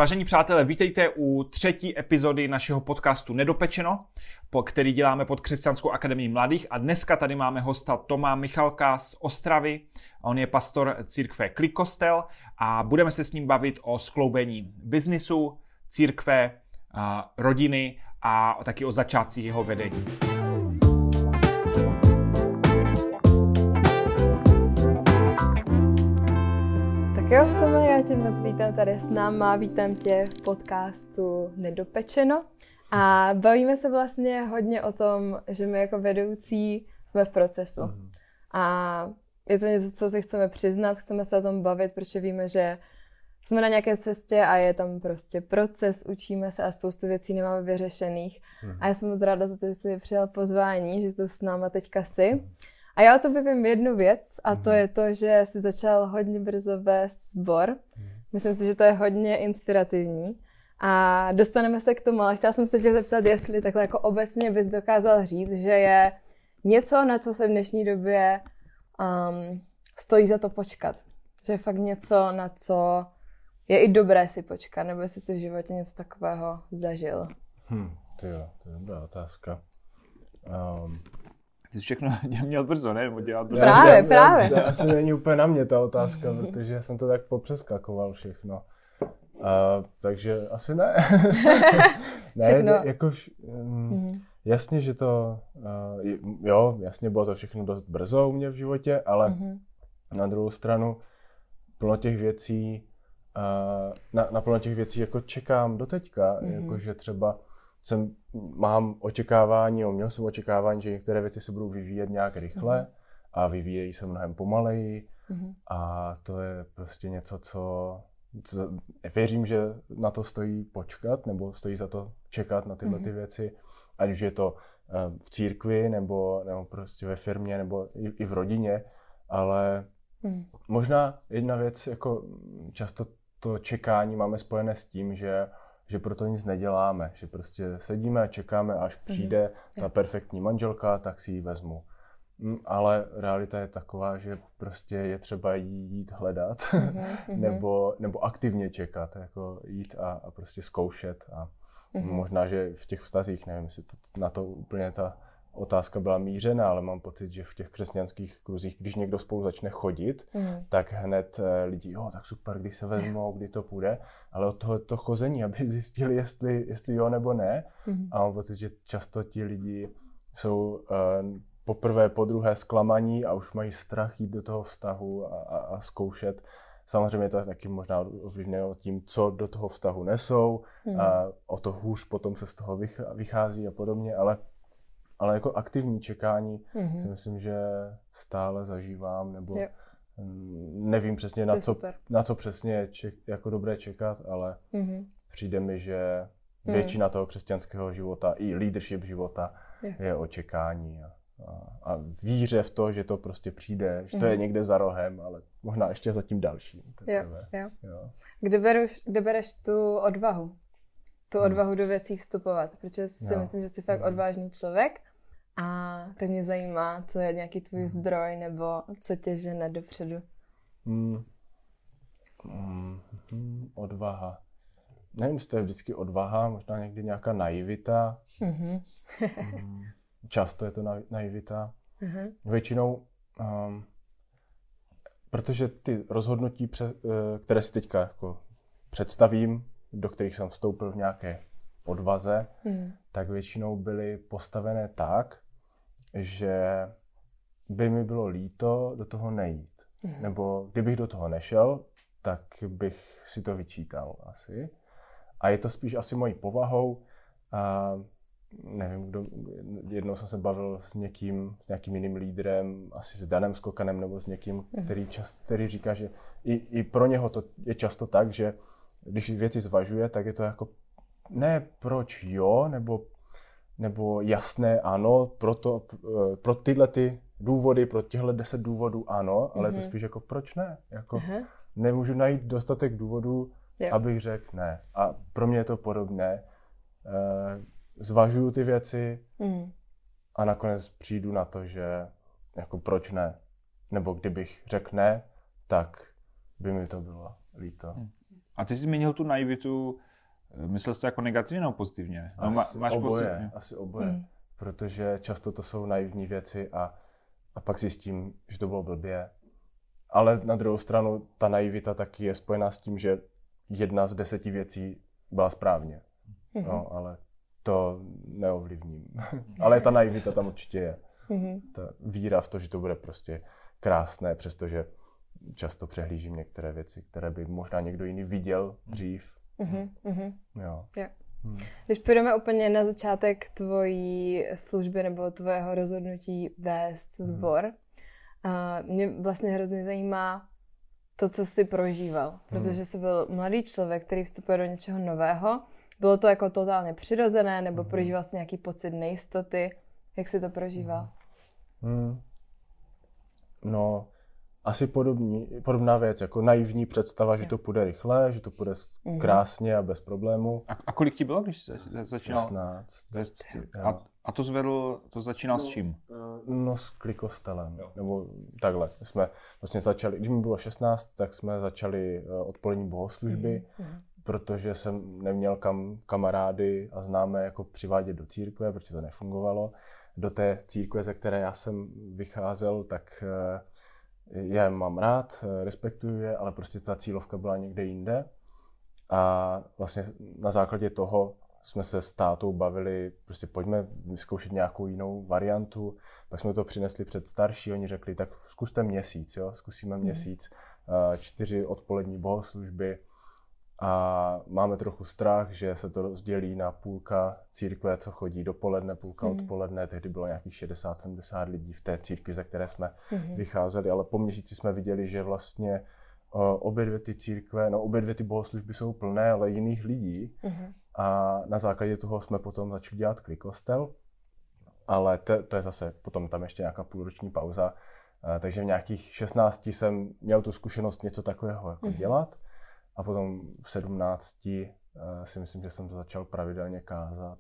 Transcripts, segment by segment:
Vážení přátelé, vítejte u třetí epizody našeho podcastu Nedopečeno, který děláme pod Křesťanskou akademií mladých. A dneska tady máme hosta Toma Michalka z Ostravy. On je pastor církve Klik Kostel a budeme se s ním bavit o skloubení biznisu, církve, rodiny a taky o začátcích jeho vedení. Jo, Tome, já tě moc vítám tady s náma, vítám tě v podcastu Nedopečeno a bavíme se vlastně hodně o tom, že my jako vedoucí jsme v procesu a je to něco, co si chceme přiznat, chceme se o tom bavit, protože víme, že jsme na nějaké cestě a je tam prostě proces, učíme se a spoustu věcí nemáme vyřešených a já jsem moc ráda za to, že jsi přijal pozvání, že jsi tu s náma teďka si. A já o tobě vím jednu věc a to je to, že jsi začal hodně brzo vést sbor. Myslím si, že to je hodně inspirativní. A dostaneme se k tomu, ale chtěla jsem se tě zeptat, jestli takhle jako obecně bys dokázal říct, že je něco, na co se v dnešní době stojí za to počkat. Že je fakt něco, na co je i dobré si počkat, nebo jestli jsi v životě něco takového zažil. To je dobrá otázka. Ty jsi všechno měl brzo, ne? Nebo dělat brzo. Právě. To asi není úplně na mě ta otázka, protože jsem to tak popřeskakoval všechno. Takže asi ne. Ne, jakož, jasně, že to, jasně bylo to všechno dost brzo u mě v životě, ale na druhou stranu plno těch věcí, na plno těch věcí jako čekám doteďka, jakože třeba mám očekávání, měl jsem očekávání, že některé věci se budou vyvíjet nějak rychle a vyvíjejí se mnohem pomaleji a to je prostě něco, co věřím, že na to stojí počkat nebo stojí za to čekat na tyhle ty věci, ať už je to v církvi nebo prostě ve firmě nebo i v rodině, ale možná jedna věc, jako často to čekání máme spojené s tím, že proto nic neděláme, že prostě sedíme a čekáme, až přijde ta perfektní manželka, tak si ji vezmu. Ale realita je taková, že prostě je třeba jít hledat nebo aktivně čekat, jako jít a prostě zkoušet. A možná, že v těch vztazích, nevím, jestli na to úplně ta otázka byla mířena, ale mám pocit, že v těch křesťanských kruzích, když někdo spolu začne chodit, tak hned lidi, tak super, kdy se vezmou, kdy to půjde, ale od toho chození, aby zjistili, jestli jo nebo ne. A mám pocit, že často ti lidi jsou poprvé, podruhé zklamaní a už mají strach jít do toho vztahu a zkoušet. Samozřejmě to je taky možná ovlivněno tím, co do toho vztahu nesou, a o to hůř potom se z toho vychází a podobně, ale jako aktivní čekání si myslím, že stále zažívám, nebo nevím přesně, na co přesně je jako dobré čekat, ale přijde mi, že většina toho křesťanského života i leadership života je o čekání a víře v to, že to prostě přijde, že to je někde za rohem, ale možná ještě za tím dalším. Jo. Kde bereš tu odvahu? Tu odvahu do věcí vstupovat, protože si myslím, že jsi fakt odvážný člověk a tak mě zajímá, co je nějaký tvůj zdroj nebo co tě žene dopředu. Odvaha. Nevím, jestli to je vždycky odvaha, možná někdy nějaká naivita. Často je to naivita. Většinou, protože ty rozhodnutí, které si teďka jako představím, do kterých jsem vstoupil v nějaké odvaze, tak většinou byly postavené tak, že by mi bylo líto do toho nejít. Nebo kdybych do toho nešel, tak bych si to vyčítal asi. A je to spíš asi mojí povahou. Nevím, jednou jsem se bavil s nějakým jiným lídrem, asi s Danem Skokanem nebo s někým, který říká, že i pro něho to je často tak, že když věci zvažuje, tak je to jako ne proč jo, nebo jasné ano, pro tyhle ty důvody, pro těchto 10 důvodů ano, ale je to spíš jako proč ne. Jako nemůžu najít dostatek důvodů, abych řekl ne. A pro mě je to podobné. Zvažuju ty věci a nakonec přijdu na to, že jako proč ne. Nebo kdybych řekl ne, tak by mi to bylo líto. A A ty jsi zmínil tu naivitu, myslel jsi to jako negativně nebo pozitivně? Máš oboje, asi oboje. Protože často to jsou naivní věci a pak zjistím, že to bylo blbě. Ale na druhou stranu ta naivita taky je spojená s tím, že 1 z 10 věcí byla správně. No, ale to neovlivním. Ale ta naivita tam určitě je. Ta víra v to, že to bude prostě krásné, přestože často přehlížím některé věci, které by možná někdo jiný viděl dřív. Jo. Když půjdeme úplně na začátek tvojí služby nebo tvého rozhodnutí vést sbor, mě vlastně hrozně zajímá to, co jsi prožíval, protože jsi byl mladý člověk, který vstupuje do něčeho nového. Bylo to jako totálně přirozené, nebo prožíval jsi nějaký pocit nejistoty? Jak jsi to prožíval? No, asi podobná věc, jako naivní představa, že to půjde rychle, že to půjde krásně a bez problémů. A kolik ti bylo, když jsi začínal? 16. A to začínal s čím? No s klikostelem, nebo takhle. Jsme vlastně začali, když mi bylo 16, tak jsme začali odpolední bohoslužby, protože jsem neměl kamarády a známé jako přivádět do církve, protože to nefungovalo. Do té církve, ze které já jsem vycházel, tak já je mám rád, respektuju je, ale prostě ta cílovka byla někde jinde. A vlastně na základě toho jsme se s tátou bavili, prostě pojďme vyzkoušet nějakou jinou variantu. Pak jsme to přinesli před starší, oni řekli, tak zkuste měsíc, jo? Zkusíme měsíc, 4 odpolední bohoslužby. A máme trochu strach, že se to rozdělí na půlka církve, co chodí dopoledne, půlka odpoledne. Tehdy bylo nějakých 60-70 lidí v té církvi, ze které jsme vycházeli, ale po měsíci jsme viděli, že vlastně obě dvě ty církve, obě dvě ty bohoslužby jsou plné, ale jiných lidí. A na základě toho jsme potom začali dělat klikostel, ale to je zase potom tam ještě nějaká půlroční pauza. Takže v nějakých 16 jsem měl tu zkušenost něco takového jako dělat. A potom v 17 si myslím, že jsem to začal pravidelně kázat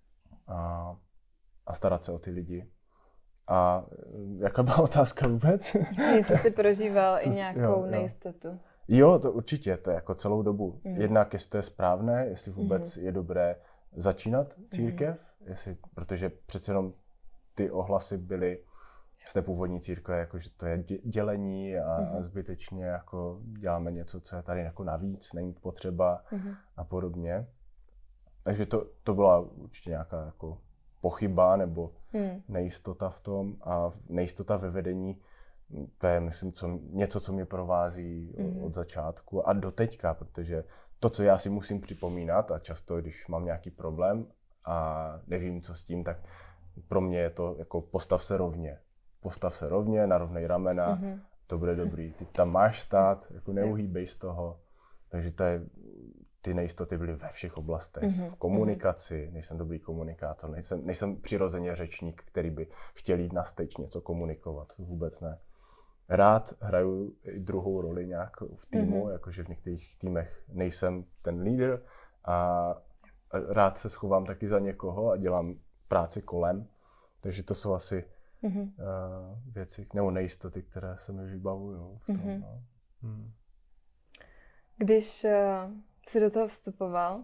a starat se o ty lidi. A jaká byla otázka vůbec? Jestli jsi prožíval i nějakou nejistotu. Jo, to určitě, to je jako celou dobu. Jednak, jestli to je správné, jestli vůbec je dobré začínat církev, protože přece jenom ty ohlasy byly z té původní církve, jako, že to je dělení a zbytečně jako děláme něco, co je tady jako navíc, není potřeba a podobně. Takže to byla určitě nějaká jako pochyba nebo nejistota v tom a nejistota ve vedení, to je myslím něco, co mě provází od začátku a do teďka, protože to, co já si musím připomínat a často, když mám nějaký problém a nevím, co s tím, tak pro mě je to jako postav se rovně, narovnej ramena, to bude dobrý. Ty tam máš stát, jako neuhýbej z toho. Takže ty nejistoty byly ve všech oblastech. V komunikaci, nejsem dobrý komunikátor, nejsem přirozeně řečník, který by chtěl jít na stage něco komunikovat, vůbec ne. Rád hraju i druhou roli nějak v týmu, jakože v některých týmech nejsem ten lídr a rád se schovám taky za někoho a dělám práci kolem. Takže to jsou asi věci, nebo nejistoty, které se mi vybavují v tom. Když jsi do toho vstupoval,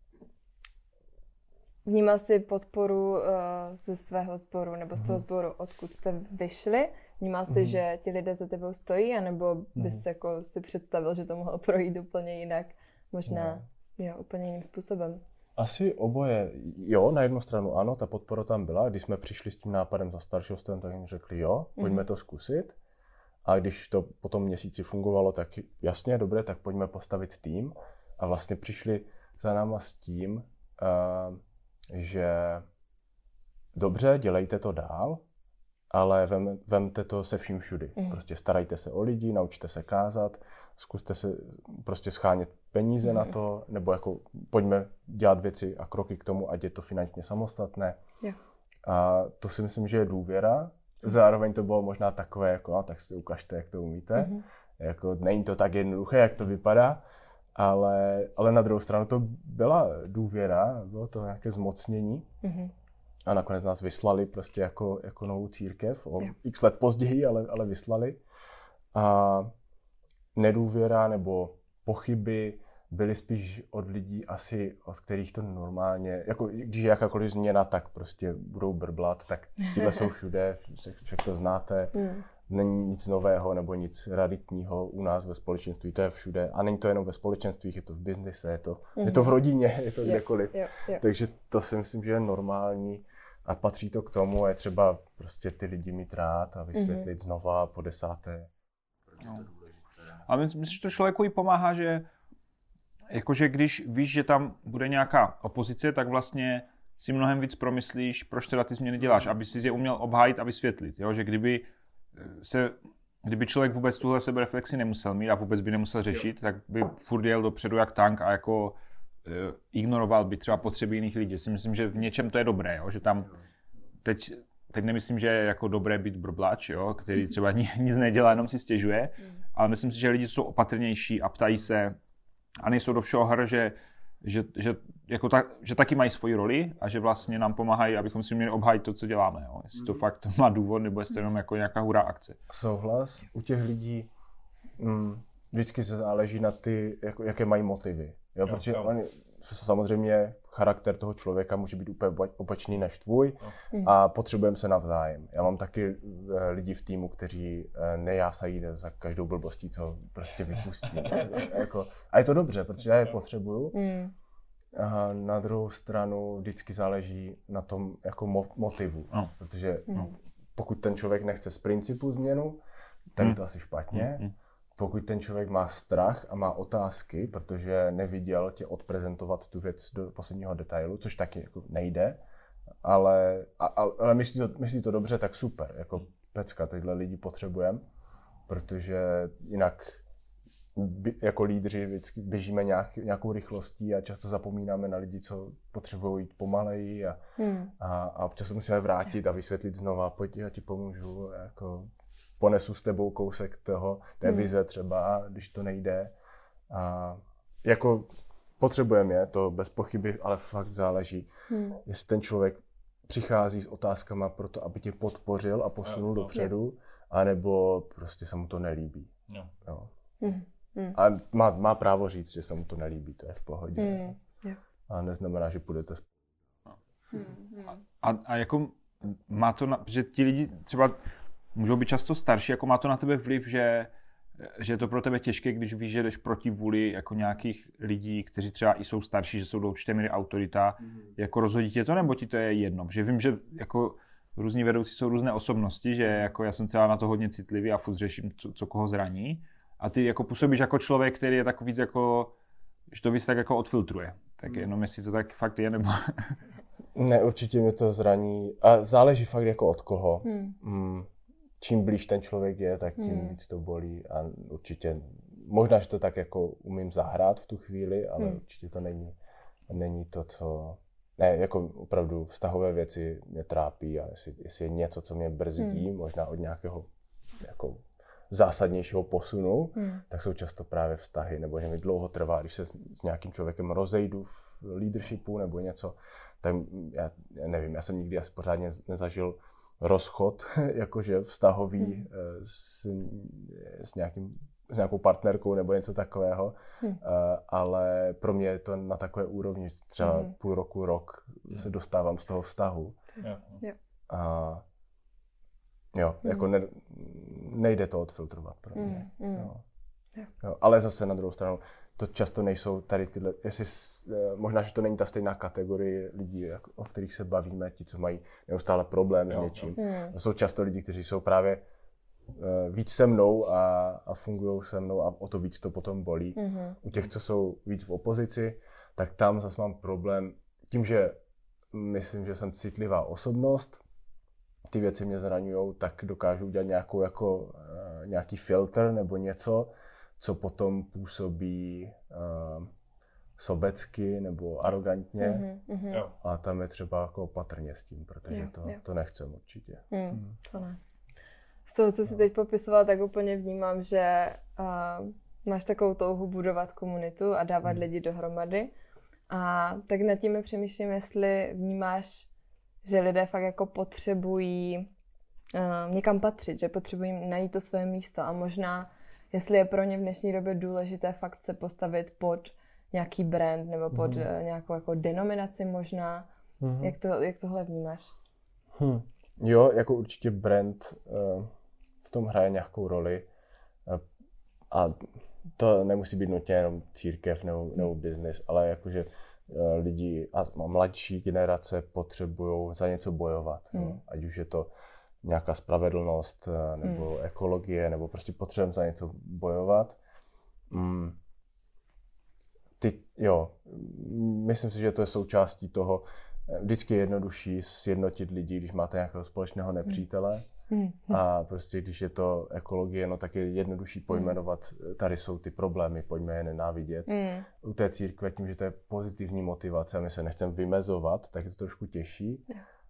vnímal jsi podporu ze svého sboru nebo z toho sboru, odkud jste vyšli? Vnímal jsi, že ti lidé za tebou stojí, anebo bys jako si představil, že to mohlo projít úplně jinak, možná úplně jiným způsobem? Asi oboje. Jo, na jednu stranu ano, ta podpora tam byla. Když jsme přišli s tím nápadem za staršostem, tak jim řekli jo, pojďme to zkusit. A když to po tom měsíci fungovalo, tak jasně, dobré, tak pojďme postavit tým. A vlastně přišli za náma s tím, že dobře, dělejte to dál, ale vemte to se vším všudy. Prostě starajte se o lidi, naučte se kázat, zkuste se prostě schánět peníze na to, nebo jako pojďme dělat věci a kroky k tomu, ať je to finančně samostatné. A to si myslím, že je důvěra. Zároveň to bylo možná takové, jako no, tak si ukažte, jak to umíte. Jako, není to tak jednoduché, jak to vypadá, ale na druhou stranu to byla důvěra, bylo to nějaké zmocnění. A nakonec nás vyslali prostě jako novou církev, o x let později, ale vyslali. A nedůvěra nebo pochyby byly spíš od lidí asi, od kterých to normálně, jako když je jakákoliv změna, tak prostě budou brblat, tak tyhle jsou všude, však to znáte. Není nic nového nebo nic raritního u nás ve společenství, to je všude. A není to jenom ve společenstvích, je to v biznise, je to v rodině, je to kdekoliv. Takže to si myslím, že je normální a patří to k tomu a je třeba prostě ty lidi mít rád a vysvětlit znova po 10. Proč je to důležité. Ale myslím, že to člověku i pomáhá, že jakože když víš, že tam bude nějaká opozice, tak vlastně si mnohem víc promyslíš, proč teda ty změny děláš, aby si je uměl obhájit a vysvětlit. Jo? Že kdyby člověk vůbec tuhle sebereflexi nemusel mít a vůbec by nemusel řešit, tak by furt jel dopředu jak tank a jako ignoroval by třeba potřeby jiných lidí. Si myslím, že v něčem to je dobré, jo? Že tam teď nemyslím, že je jako dobré být brblač, jo? Který třeba nic nedělá, jenom si stěžuje, ale myslím si, že lidi jsou opatrnější a ptají se a nejsou do všeho hr, že taky mají svoji roli a že vlastně nám pomáhají, abychom si měli obhájit to, co děláme. Jo? Jestli to fakt má důvod, nebo jestli to jenom jako nějaká hurá akce. Souhlas. U těch lidí vždycky se záleží na ty, jako, jaké mají motivy. Jo? Protože oni, samozřejmě charakter toho člověka může být úplně opačný než tvůj a potřebujeme se navzájem. Já mám taky lidi v týmu, kteří nejásají za každou blbostí, co prostě vypustí. A je to dobře, protože já je potřebuju. A na druhou stranu vždycky záleží na tom jako motivu. Protože pokud ten člověk nechce z principu změnu, tak je to asi špatně. Pokud ten člověk má strach a má otázky, protože neviděl tě odprezentovat tu věc do posledního detailu, což taky jako nejde, ale myslí to dobře, tak super. Jako pecka, tyhle lidi potřebujeme, protože jinak jako lídři vždycky běžíme nějakou rychlostí a často zapomínáme na lidi, co potřebují jít pomaleji a občas se musíme vrátit a vysvětlit znova, pojď, já ti pomůžu, jako ponesu s tebou kousek té vize třeba, když to nejde. A jako potřebujeme je, to bez pochyby, ale fakt záleží, jestli ten člověk přichází s otázkama pro to, aby tě podpořil a posunul dopředu, anebo prostě se mu to nelíbí. Jo. A má právo říct, že se mu to nelíbí, to je v pohodě. A neznamená, že půjdete A jako má to, že ti lidi třeba můžou být často starší, jako má to na tebe vliv, že je to pro tebe těžké, když víš, že jdeš proti vůli jako nějakých lidí, kteří třeba i jsou starší, že jsou do určité míry autorita, jako rozhodí tě to, nebo ti to je jedno? Protože vím, že jako různí vedoucí jsou různé osobnosti, že jako já jsem třeba na to hodně citlivý a furt řeším, co koho zraní. A ty jako působíš jako člověk, který je tak víc jako, že to víc tak jako odfiltruje. Tak jenom jestli to tak fakt je, nebo... Ne, určitě mě to zraní. A záleží fakt jako od koho. Čím blíž ten člověk je, tak tím víc to bolí. A určitě, možná, že to tak jako umím zahrát v tu chvíli, ale určitě to není to, co... Ne, jako opravdu vztahové věci mě trápí a jestli je něco, co mě brzdí, možná od nějakého jako zásadnějšího posunu, tak jsou často právě vztahy, nebo že mi dlouho trvá, když se s nějakým člověkem rozejdu v leadershipu nebo něco, tak já nevím, já jsem nikdy asi pořádně nezažil rozchod, jakože vztahový s nějakou partnerkou nebo něco takového, ale pro mě je to na takové úrovni, třeba půl roku, rok se dostávám z toho vztahu. A jako nejde to odfiltrovat pro mě. Jo, ale zase na druhou stranu, to často nejsou tady tyhle, možná, že to není ta stejná kategorie lidí, o kterých se bavíme, ti, co mají neustále problém s něčím. To jsou často lidi, kteří jsou právě víc se mnou a fungují se mnou a o to víc to potom bolí. U těch, co jsou víc v opozici, tak tam zase mám problém tím, že myslím, že jsem citlivá osobnost, ty věci mě zraňujou, tak dokážu udělat nějaký filtr nebo něco, co potom působí sobecky nebo arrogantně. A tam je třeba jako opatrně s tím, protože to nechcem určitě. To ne. Z toho, co jsi teď popisoval, tak úplně vnímám, že máš takovou touhu budovat komunitu a dávat lidi dohromady. A tak nad tím přemýšlím, jestli vnímáš, že lidé fakt jako potřebují někam patřit, že potřebují najít to své místo a možná, jestli je pro ně v dnešní době důležité fakt se postavit pod nějaký brand nebo pod nějakou jako denominaci možná. Jak tohle vnímáš? Jo, jako určitě brand v tom hraje nějakou roli a to nemusí být nutně jenom církev nebo business, ale jakože lidi a mladší generace potřebují za něco bojovat. Ať už je to nějaká spravedlnost nebo ekologie, nebo prostě potřebujeme za něco bojovat. Myslím si, že to je součástí toho. Vždycky je jednodušší sjednotit lidi, když máte nějakého společného nepřítele. A prostě když je to ekologie, no tak je jednodušší pojmenovat, tady jsou ty problémy, pojďme je nenávidět. U té církve, tím, že to je pozitivní motivace a my se nechceme vymezovat, tak je to trošku těžší,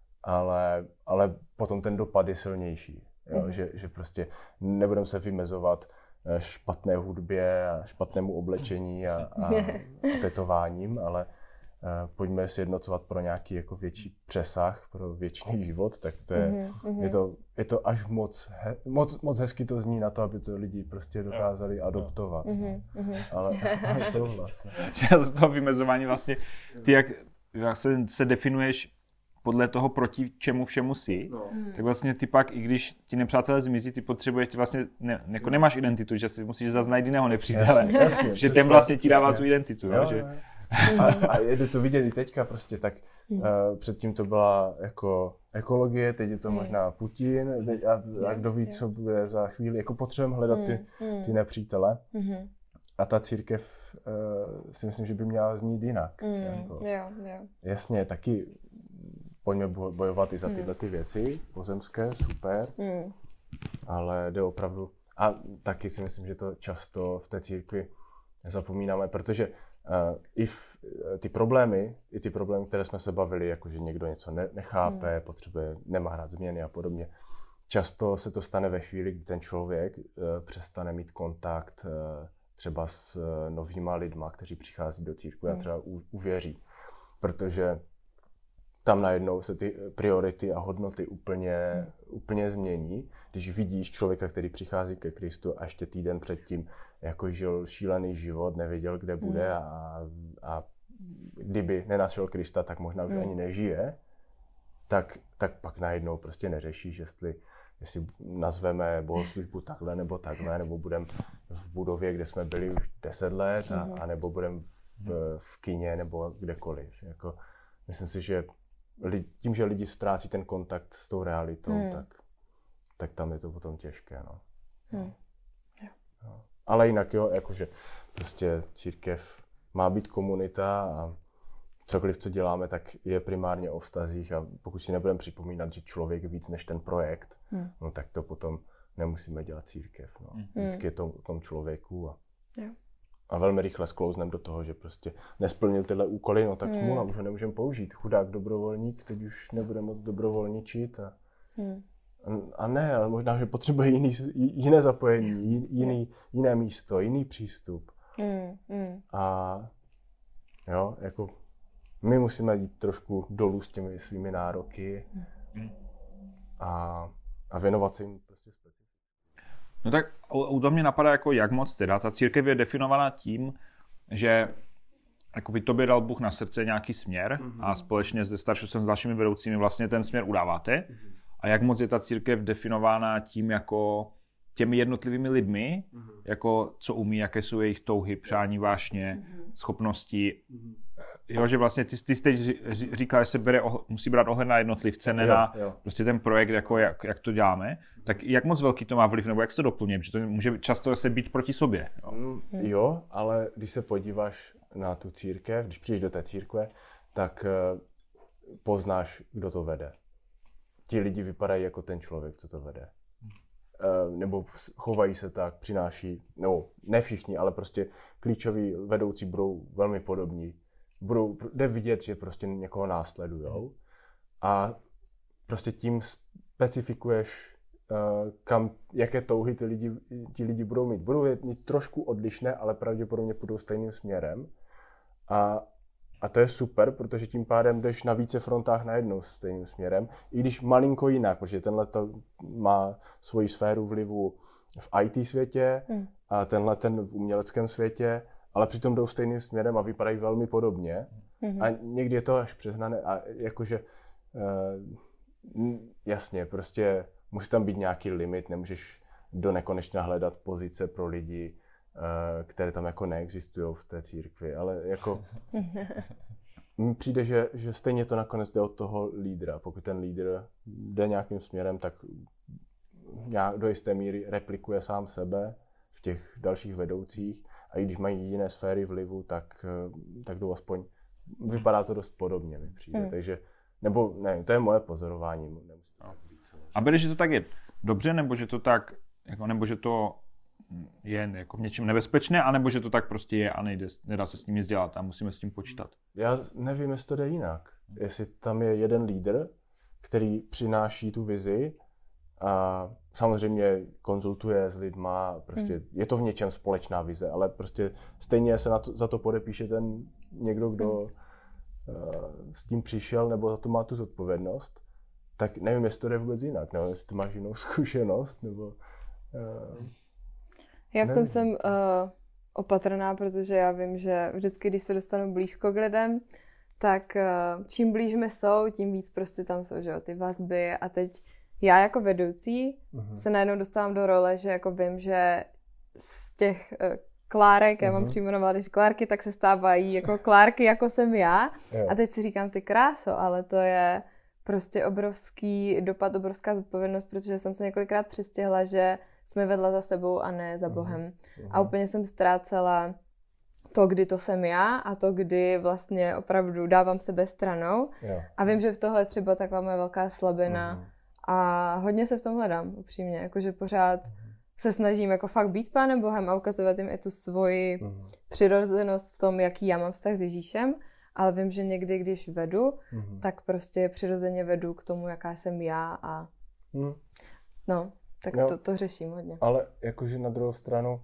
ale potom ten dopad je silnější. Jo? Že prostě nebudeme se vymezovat špatné hudbě a špatnému oblečení a tetováním, ale pojďme sjednocovat pro nějaký jako větší přesah, pro věčný život, tak to je to až moc hezky to zní na to, aby to lidi prostě dokázali adoptovat. Ale souhlas. Z toho vymezování vlastně, ty jak se definuješ podle toho, proti čemu všemu jsi, tak vlastně ty pak, i když ti nepřátelé zmizí, ty potřebuješ, ty vlastně jako nemáš identitu, že si musíš zase najít jiného nepřítele, jasně, že ten vlastně ti dává tu identitu. Jo, že? A jde to vidět i teďka prostě, tak předtím to byla jako ekologie, teď je to možná Putin a kdo ví, co bude za chvíli. Jako potřebujeme hledat ty nepřítele. A ta církev si myslím, že by měla znít jinak. Jako, jasně, taky pojďme bojovat i za tyhle ty věci pozemské, super, ale jde opravdu, a taky si myslím, že to často v té církvi zapomínáme, protože ty problémy, které jsme se bavili, jako že někdo něco nechápe, nemá rád změny a podobně, často se to stane ve chvíli, kdy ten člověk přestane mít kontakt třeba s novýma lidma, kteří přichází do církve a třeba uvěří, protože tam najednou se ty priority a hodnoty úplně změní. Když vidíš člověka, který přichází ke Kristu a ještě týden předtím jako žil šílený život, nevěděl, kde bude a kdyby nenašel Krista, tak možná už ani nežije, tak pak najednou prostě neřešíš, jestli nazveme bohoslužbu takhle, nebo budeme v budově, kde jsme byli už 10 let, a nebo budeme v kině, nebo kdekoliv. Jako, myslím si, že tím, že lidi ztrácí ten kontakt s tou realitou, tak tam je to potom těžké. No. Ale jinak jo, jakože prostě církev má být komunita a cokoliv, co děláme, tak je primárně o vztazích a pokud si nebudeme připomínat, že člověk je víc než ten projekt, no tak to potom nemusíme dělat církev. No. Vždycky je to o tom člověku a velmi rychle sklouzneme do toho, že prostě nesplnil tyhle úkoly, no tak smůla, už ho nemůžeme použít. Chudák dobrovolník, teď už nebude moc dobrovolničit a ne, ale možná, že potřebuje jiné zapojení, jiné místo, jiný přístup. A jo, jako my musíme jít trošku dolů s těmi svými nároky a věnovat se jim prostě specificky. No tak u toho mě napadá, jako jak moc teda. Ta církev je definovaná tím, že jakoby tobě dal Bůh na srdce nějaký směr a společně se starším s dalšími vedoucími vlastně ten směr udáváte. A jak moc je ta církev definována tím jako těmi jednotlivými lidmi, jako co umí, jaké jsou jejich touhy, přání, vášně, schopnosti. Jo, že vlastně ty teď říkáš, že se musí brát ohled na jednotlivce, ne na prostě ten projekt, jako jak to děláme. Tak jak moc velký to má vliv, nebo jak se to doplňuje, protože to může často se být proti sobě. Jo, ale když se podíváš na tu církev, když přijdeš do té církve, tak poznáš, kdo to vede. Ti lidi vypadají jako ten člověk, co to vede. Nebo chovají se tak, přináší, no ne všichni, ale prostě klíčoví vedoucí budou velmi podobní. Jde vidět, že prostě někoho následujou a prostě tím specifikuješ, jaké touhy ti lidi budou mít. Budou mít trošku odlišné, ale pravděpodobně půjdou stejným směrem a to je super, protože tím pádem jdeš na více frontách najednou stejným směrem, i když malinko jinak, protože tenhle to má svoji sféru vlivu v IT světě a tenhle ten v uměleckém světě ale přitom jdou stejným směrem a vypadají velmi podobně. A někdy je to až přehnané a jakože jasně, prostě musí tam být nějaký limit, nemůžeš do nekonečna hledat pozice pro lidi, které tam jako neexistují v té církvi, ale jako mně přijde, že stejně to nakonec jde od toho lídra. Pokud ten lídr jde nějakým směrem, tak do jisté míry replikuje sám sebe v těch dalších vedoucích a i když mají jiné sféry vlivu, tak jdou aspoň, vypadá to dost podobně, mi přijde. Takže, nebo ne, to je moje pozorování. A bereš, že to tak je dobře, nebo že to tak, jako, nebo že to je jako v něčem nebezpečné, anebo že to tak prostě je a nedá se s tím nic dělat a musíme s tím počítat? Já nevím, jestli to jde jinak. Jestli tam je jeden lídr, který přináší tu vizi a samozřejmě konzultuje s lidma, prostě je to v něčem společná vize, ale prostě stejně se za to podepíše ten někdo, kdo s tím přišel nebo za to má tu zodpovědnost, tak nevím, jestli to jde vůbec jinak, nevím, jestli to máš jinou zkušenost, nebo... Já v tom jsem opatrná, protože já vím, že vždycky, když se dostanu blízko k lidem, tak čím blíž mi jsou, tím víc prostě tam jsou, že jo, ty vazby a teď já jako vedoucí se najednou dostávám do role, že jako vím, že z těch Klárek, já mám přímo když Klárky, tak se stávají jako Klárky, jako jsem já. A teď si říkám, ty kráso, ale to je prostě obrovský dopad, obrovská zodpovědnost, protože jsem se několikrát přistěhla, že jsme vedla za sebou a ne za Bohem. A úplně jsem ztrácela to, kdy to jsem já a to, kdy vlastně opravdu dávám sebe stranou. A vím, že v tohle je třeba taková moje velká slabina a hodně se v tom hledám, upřímně, jakože pořád se snažím jako fakt být s Pánem Bohem a ukazovat jim i tu svoji přirozenost v tom, jaký já mám vztah s Ježíšem, ale vím, že někdy, když vedu, tak prostě přirozeně vedu k tomu, jaká jsem já a no, tak to řeším hodně. Ale jakože na druhou stranu,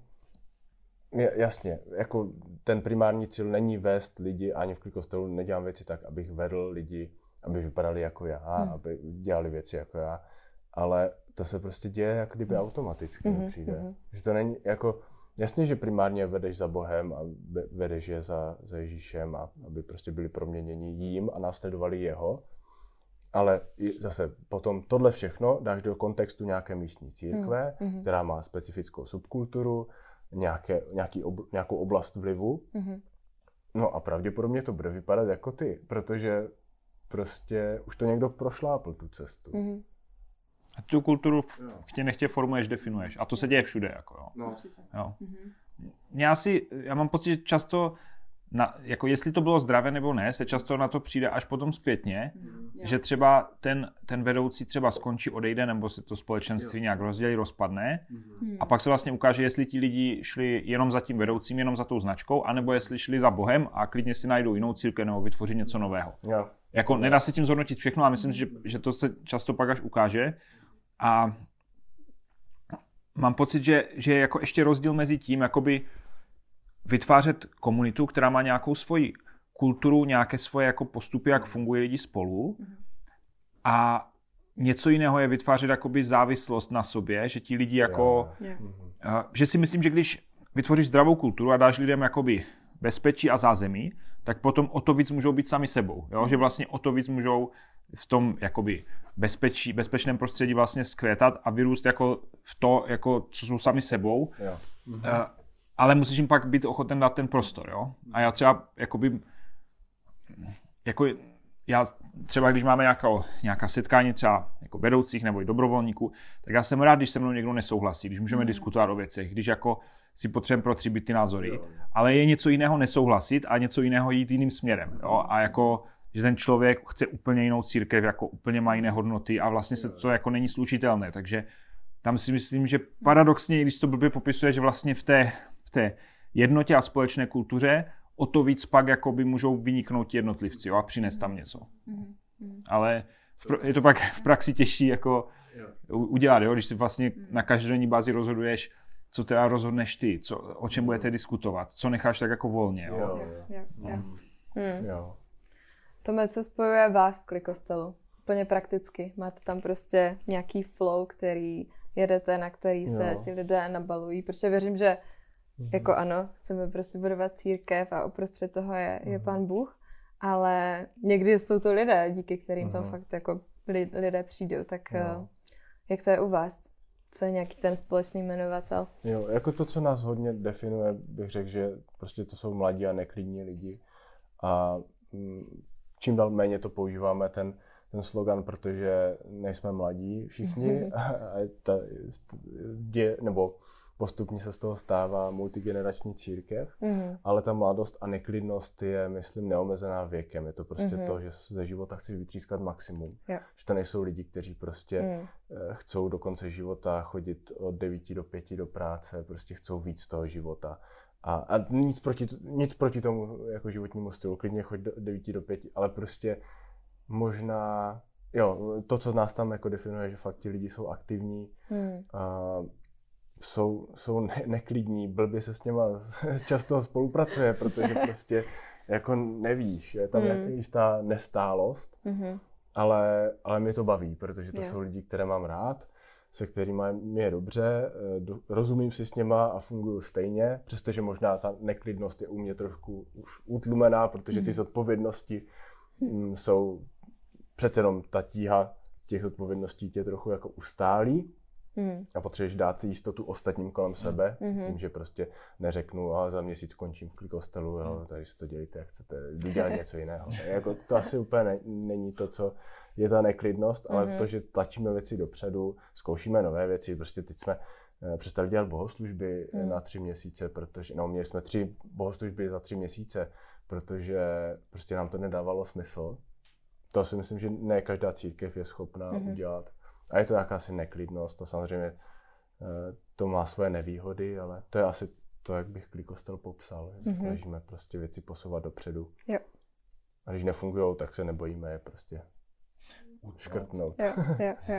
jasně, jako ten primární cíl není vést lidi, ani v kostelu nedělám věci tak, abych vedl lidi, aby vypadali jako já, aby dělali věci jako já, ale to se prostě děje jako kdyby automaticky přijde. Že to není jako, jasně, že primárně vedeš za Bohem a vedeš je za Ježíšem a aby prostě byli proměněni jím a následovali jeho, ale zase potom tohle všechno dáš do kontextu nějaké místní církve, která má specifickou subkulturu, nějakou oblast vlivu. No a pravděpodobně to bude vypadat jako ty, protože prostě už to někdo prošlápl tu cestu. A tu kulturu chtě nechtě formuješ, definuješ. A to se děje všude. Jako, jo. Já mám pocit, že často, jako jestli to bylo zdravé nebo ne, se často na to přijde až potom zpětně, že třeba ten vedoucí třeba skončí, odejde, nebo se to společenství nějak rozdělí, rozpadne. A pak se vlastně ukáže, jestli ti lidi šli jenom za tím vedoucím, jenom za tou značkou, anebo jestli šli za Bohem a klidně si najdou jinou církev nebo vytvoří něco nového. Jako nedá se tím zhodnotit všechno, ale myslím, že to se často pak až ukáže. A mám pocit, že je jako ještě rozdíl mezi tím, jakoby vytvářet komunitu, která má nějakou svoji kulturu, nějaké svoje jako postupy, jak fungují lidi spolu. A něco jiného je vytvářet jakoby závislost na sobě, že ti lidi jako... Že si myslím, že když vytvoříš zdravou kulturu a dáš lidem jakoby bezpečí a zázemí, tak potom o to víc můžou být sami sebou. Jo? Že vlastně o to víc můžou v tom jakoby bezpečném prostředí vlastně vzkvétat a vyrůst jako v to, jako, co jsou sami sebou. Ale musíš jim pak být ochoten dát ten prostor. Jo? A já třeba já třeba když máme nějaká setkání třeba jako vedoucích nebo i dobrovolníků, tak já jsem rád, když se mnou někdo nesouhlasí, když můžeme diskutovat o věcech, když jako si potřebujeme protříbit ty názory, ale je něco jiného nesouhlasit a něco jiného jít jiným směrem. Jo? A jako, že ten člověk chce úplně jinou církev, jako úplně má jiné hodnoty a vlastně se to jako není slučitelné, takže tam si myslím, že paradoxně, když to blbě popisuje, že vlastně v té jednotě a společné kultuře o to víc pak jakoby můžou vyniknout ti jednotlivci, jo, a přinést tam něco. Ale je to pak v praxi těžší jako udělat, jo, když si vlastně na každodenní bázi rozhoduješ, co teda rozhodneš ty, o čem budete diskutovat, co necháš tak jako volně. Jo. Tome, co spojuje vás v kostelu? Úplně prakticky. Máte tam prostě nějaký flow, který jedete, na který se ti lidé nabalují, protože věřím, že Jako ano, chceme prostě budovat církev a uprostřed toho je Pán Bůh, ale někdy jsou to lidé, díky kterým tam fakt jako lidé přijdou, tak jak to je u vás? Co je nějaký ten společný jmenovatel? Jo, jako to, co nás hodně definuje, bych řekl, že prostě to jsou mladí a neklidní lidi a čím dál méně to používáme ten slogan, protože nejsme mladí všichni nebo postupně se z toho stává multigenerační církev, ale ta mladost a neklidnost je, myslím, neomezená věkem. Je to prostě to, že ze života chceš vytřískat maximum. Že to nejsou lidi, kteří prostě chcou do konce života chodit od 9 do 5 do práce, prostě chcou víc toho života. A nic proti tomu jako životnímu stylu, klidně choď do 9 do 5, ale prostě možná, to, co nás tam jako definuje, že fakt ti lidi jsou aktivní, jsou neklidní, blbě se s něma často spolupracuje, protože prostě jako nevíš, je tam jistá nestálost, ale mě to baví, protože to jsou lidi, které mám rád, se kterými mi je dobře, rozumím si s něma a funguju stejně, přestože možná ta neklidnost je u mě trošku už utlumená, protože ty zodpovědnosti jsou přece jenom ta tíha těch odpovědností tě trochu jako ustálí a potřebuješ dát si jistotu ostatním kolem sebe, tím, že prostě neřeknu a za měsíc končím v klikostelu, tady si to dělíte, jak chcete, jdu dělat něco jiného. Jako to asi úplně není to, co je ta neklidnost, ale to, že tlačíme věci dopředu, zkoušíme nové věci, prostě teď jsme přestali dělat bohoslužby na 3 měsíce, protože, měli jsme 3 bohoslužby za 3 měsíce, protože prostě nám to nedávalo smysl. To si myslím, že ne každá církev je schopná udělat. A je to jakási neklidnost, to samozřejmě to má svoje nevýhody, ale to je asi to, jak bych Klikostel popsal. Že se snažíme prostě věci posouvat dopředu. Jo. A když nefungujou, tak se nebojíme je prostě škrtnout. Jo.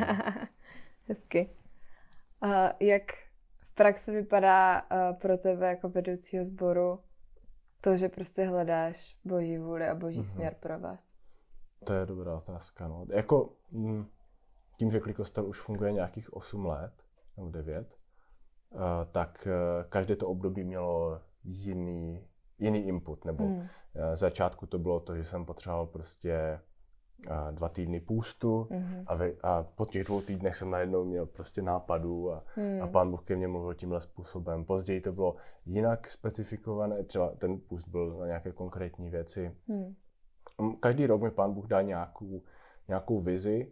Hezky. Jak v praxi vypadá pro tebe jako vedoucího sboru to, že prostě hledáš Boží vůli a Boží směr pro vás? To je dobrá otázka. No. Jako tím, že Klikostel už funguje nějakých 8 let, nebo 9, tak každé to období mělo jiný input. Nebo z začátku to bylo to, že jsem potřeboval prostě 2 týdny půstu a po těch 2 týdnech jsem najednou měl prostě nápadů a Pán Bůh ke mně mluvil tímhle způsobem. Později to bylo jinak specifikované, třeba ten půst byl na nějaké konkrétní věci. Každý rok mi Pán Bůh dá nějakou vizi,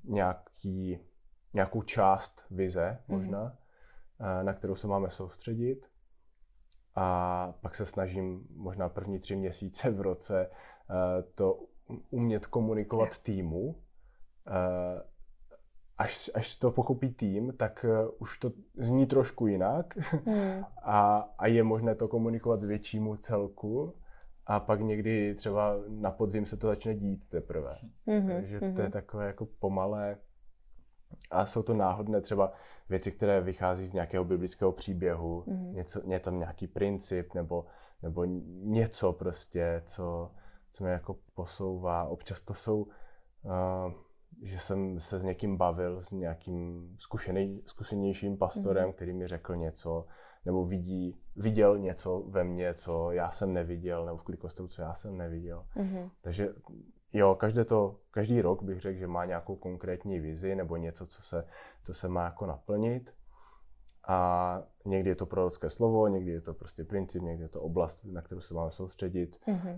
nějakou část vize možná, na kterou se máme soustředit. A pak se snažím možná první 3 měsíce v roce to umět komunikovat týmu. Až to pochopí tým, tak už to zní trošku jinak a je možné to komunikovat většímu celku. A pak někdy třeba na podzim se to začne dít teprve. Takže to je takové jako pomalé. A jsou to náhodné třeba věci, které vychází z nějakého biblického příběhu. Je tam nějaký princip nebo něco prostě, co mě jako posouvá. Občas to jsou, že jsem se s někým bavil, s nějakým zkušenějším pastorem, který mi řekl něco, nebo viděl něco ve mně, co já jsem neviděl, nebo v Klikostelu, co já jsem neviděl. Takže jo, každý rok bych řekl, že má nějakou konkrétní vizi, nebo něco, co se má jako naplnit. A někdy je to prorocké slovo, někdy je to prostě princip, někdy je to oblast, na kterou se máme soustředit.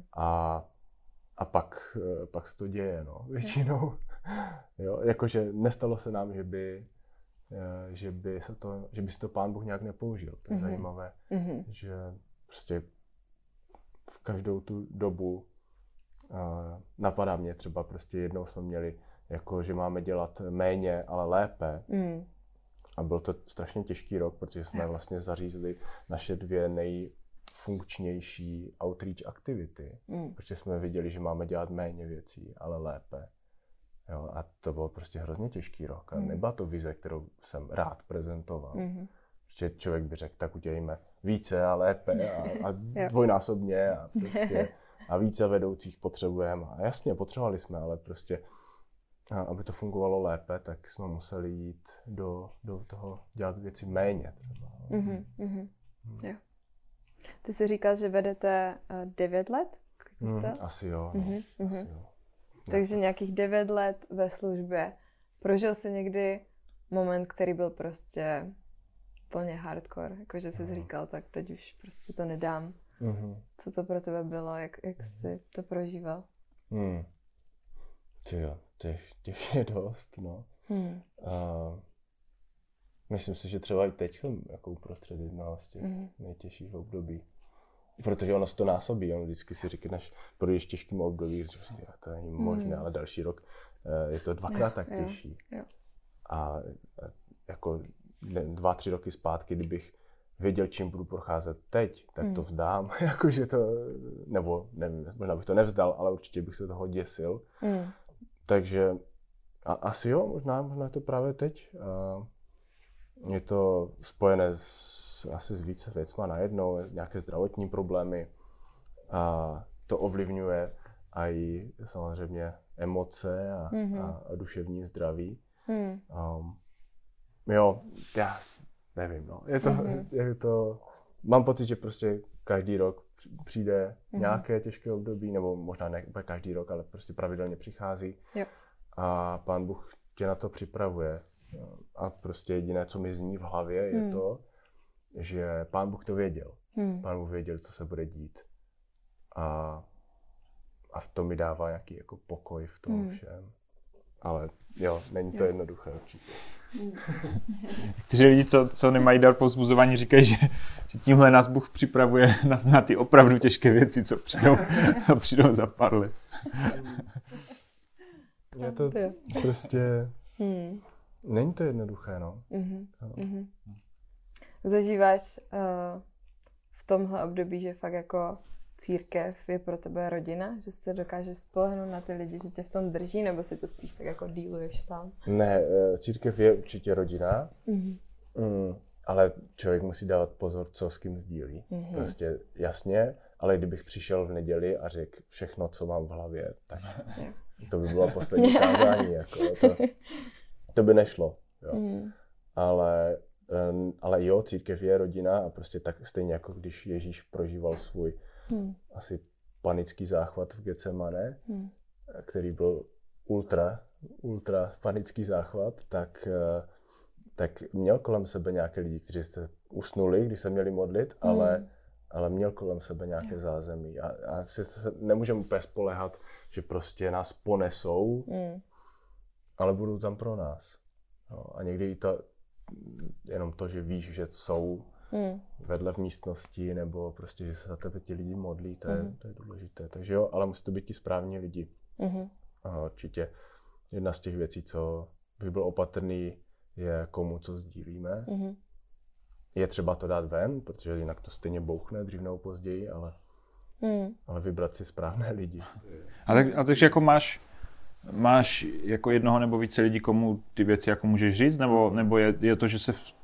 A pak se to děje, no, většinou. Jo, jakože nestalo se nám, že by si to Pán Bůh nějak nepoužil. To je zajímavé, že prostě v každou tu dobu napadá mě třeba prostě jednou jsme měli, jako že máme dělat méně, ale lépe. A byl to strašně těžký rok, protože jsme vlastně zařízli naše 2 nejfunkčnější outreach aktivity. Protože jsme viděli, že máme dělat méně věcí, ale lépe. Jo, a to byl prostě hrozně těžký rok. A nebyla to vize, kterou jsem rád prezentoval. Protože člověk by řekl, tak udělejme více a lépe a dvojnásobně a prostě a více vedoucích potřebujeme. A jasně, potřebovali jsme, ale prostě aby to fungovalo lépe, tak jsme museli jít do toho dělat věci méně třeba. Jo. Ty jsi říkal, že vedete 9 let? Asi jo. No. Asi jo. Takže nějakých 9 let ve službě. Prožil jsi někdy moment, který byl prostě plně hardcore? Jakože jsi říkal, tak teď už prostě to nedám. Co to pro tebe bylo? Jak jsi to prožíval? Těch je dost, no. Myslím si, že třeba i teď jsem jako uprostřed jednoho z těch nejtěžších období. Protože ono se to násobí, on vždycky si říkáš, projdeš těžkým období, říkáš, to není možné, ale další rok je to dvakrát tak těžší. Jo. A jako 2-3 roky zpátky, kdybych věděl, čím budu procházet teď, tak to vzdám, jakože to, nebo nevím, možná bych to nevzdal, ale určitě bych se toho děsil. Takže asi jo, možná je to právě teď. Je to spojené asi s více věcma najednou, nějaké zdravotní problémy a to ovlivňuje i samozřejmě emoce a duševní zdraví. Jo, já nevím, no. Je to, mám pocit, že prostě každý rok přijde nějaké těžké období, nebo možná ne úplně každý rok, ale prostě pravidelně přichází. Jo. A Pán Bůh tě na to připravuje. A prostě jediné, co mi zní v hlavě, je to, že Pán Bůh to věděl. Pán Bůh věděl, co se bude dít. A v tom mi dává nějaký jako pokoj v tom všem. Ale jo, není to jednoduché určitě. Někteří lidi, co nemají dar povzbuzování, říkají, že tímhle nás Bůh připravuje na ty opravdu těžké věci, co přijdou za pár let. Je to prostě... Není to jednoduché, no. Zažíváš v tomhle období, že fakt jako církev je pro tebe rodina? Že se dokážeš spolehnout na ty lidi, že tě v tom drží, nebo si to spíš tak jako dealuješ sám? Ne, církev je určitě rodina, ale člověk musí dávat pozor, co s kým sdílí. Prostě jasně, ale kdybych přišel v neděli a řekl všechno, co mám v hlavě, tak to by bylo poslední kázání. Jako, to by nešlo. Jo. Ale jo, církev je rodina a prostě tak stejně jako když Ježíš prožíval svůj asi panický záchvat v Getsemane, který byl ultra panický záchvat, tak měl kolem sebe nějaké lidi, kteří se usnuli, když se měli modlit, ale měl kolem sebe nějaké zázemí. A se nemůžeme úplně spoléhat, že prostě nás ponesou, ale budou tam pro nás. No, a někdy i jenom to, že víš, že jsou vedle v místnosti, nebo prostě, že se za tebe ti lidi modlí, to je důležité. Takže jo, ale musí to být ti správní lidi. A určitě jedna z těch věcí, co bych byl opatrný, je komu co sdílíme. Je třeba to dát ven, protože jinak to stejně bouchne dřív nebo později, ale vybrat si správné lidi. A takže jako máš jako jednoho nebo více lidí, komu ty věci jako můžeš říct, nebo je to, že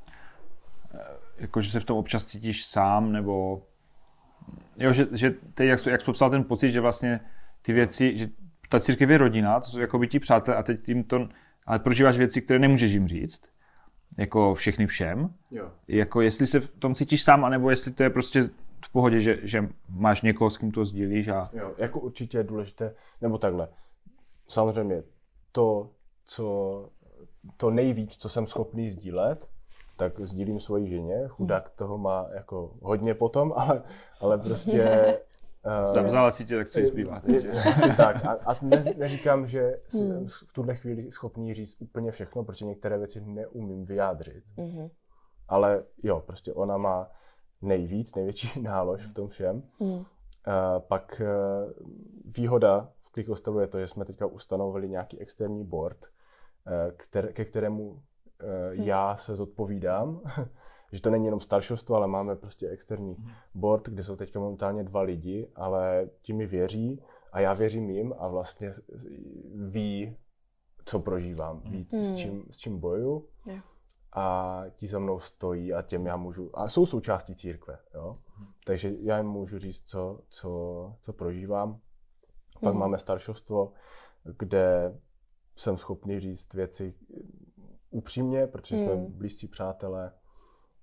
se v tom občas cítíš sám, nebo jo, že teď, jak jsi popsal ten pocit, že vlastně ty věci, že ta církev je rodina, to jsou jako by ti přátelé a teď tím to, ale prožíváš věci, které nemůžeš jim říct, jako všechny všem, jako jestli se v tom cítíš sám, anebo jestli to je prostě v pohodě, že máš někoho, s kým to sdílíš a... Jo, jako určitě je důležité, nebo takhle. Samozřejmě to nejvíc, co jsem schopný sdílet, tak sdílím svojí ženě. Chudák toho má jako hodně potom, ale prostě... Zavzala si tě, tak co jí zbývá. Asi tak. A neříkám, že jsem v tuhle chvíli schopný říct úplně všechno, protože některé věci neumím vyjádřit. Ale jo, prostě ona má největší nálož v tom všem. Pak výhoda v Klikostelu je to, že jsme teďka ustanovili nějaký externí board, ke kterému já se zodpovídám, že to není jenom staršovstvo, ale máme prostě externí board, kde jsou teďka momentálně 2 lidi, ale ti mi věří a já věřím jim a vlastně ví, co prožívám, ví, s čím bojuju a ti za mnou stojí a těm já můžu, a jsou součástí církve, jo? Takže já jim můžu říct, co prožívám. Pak máme staršovstvo, kde jsem schopný říct věci upřímně, protože jsme blízcí přátelé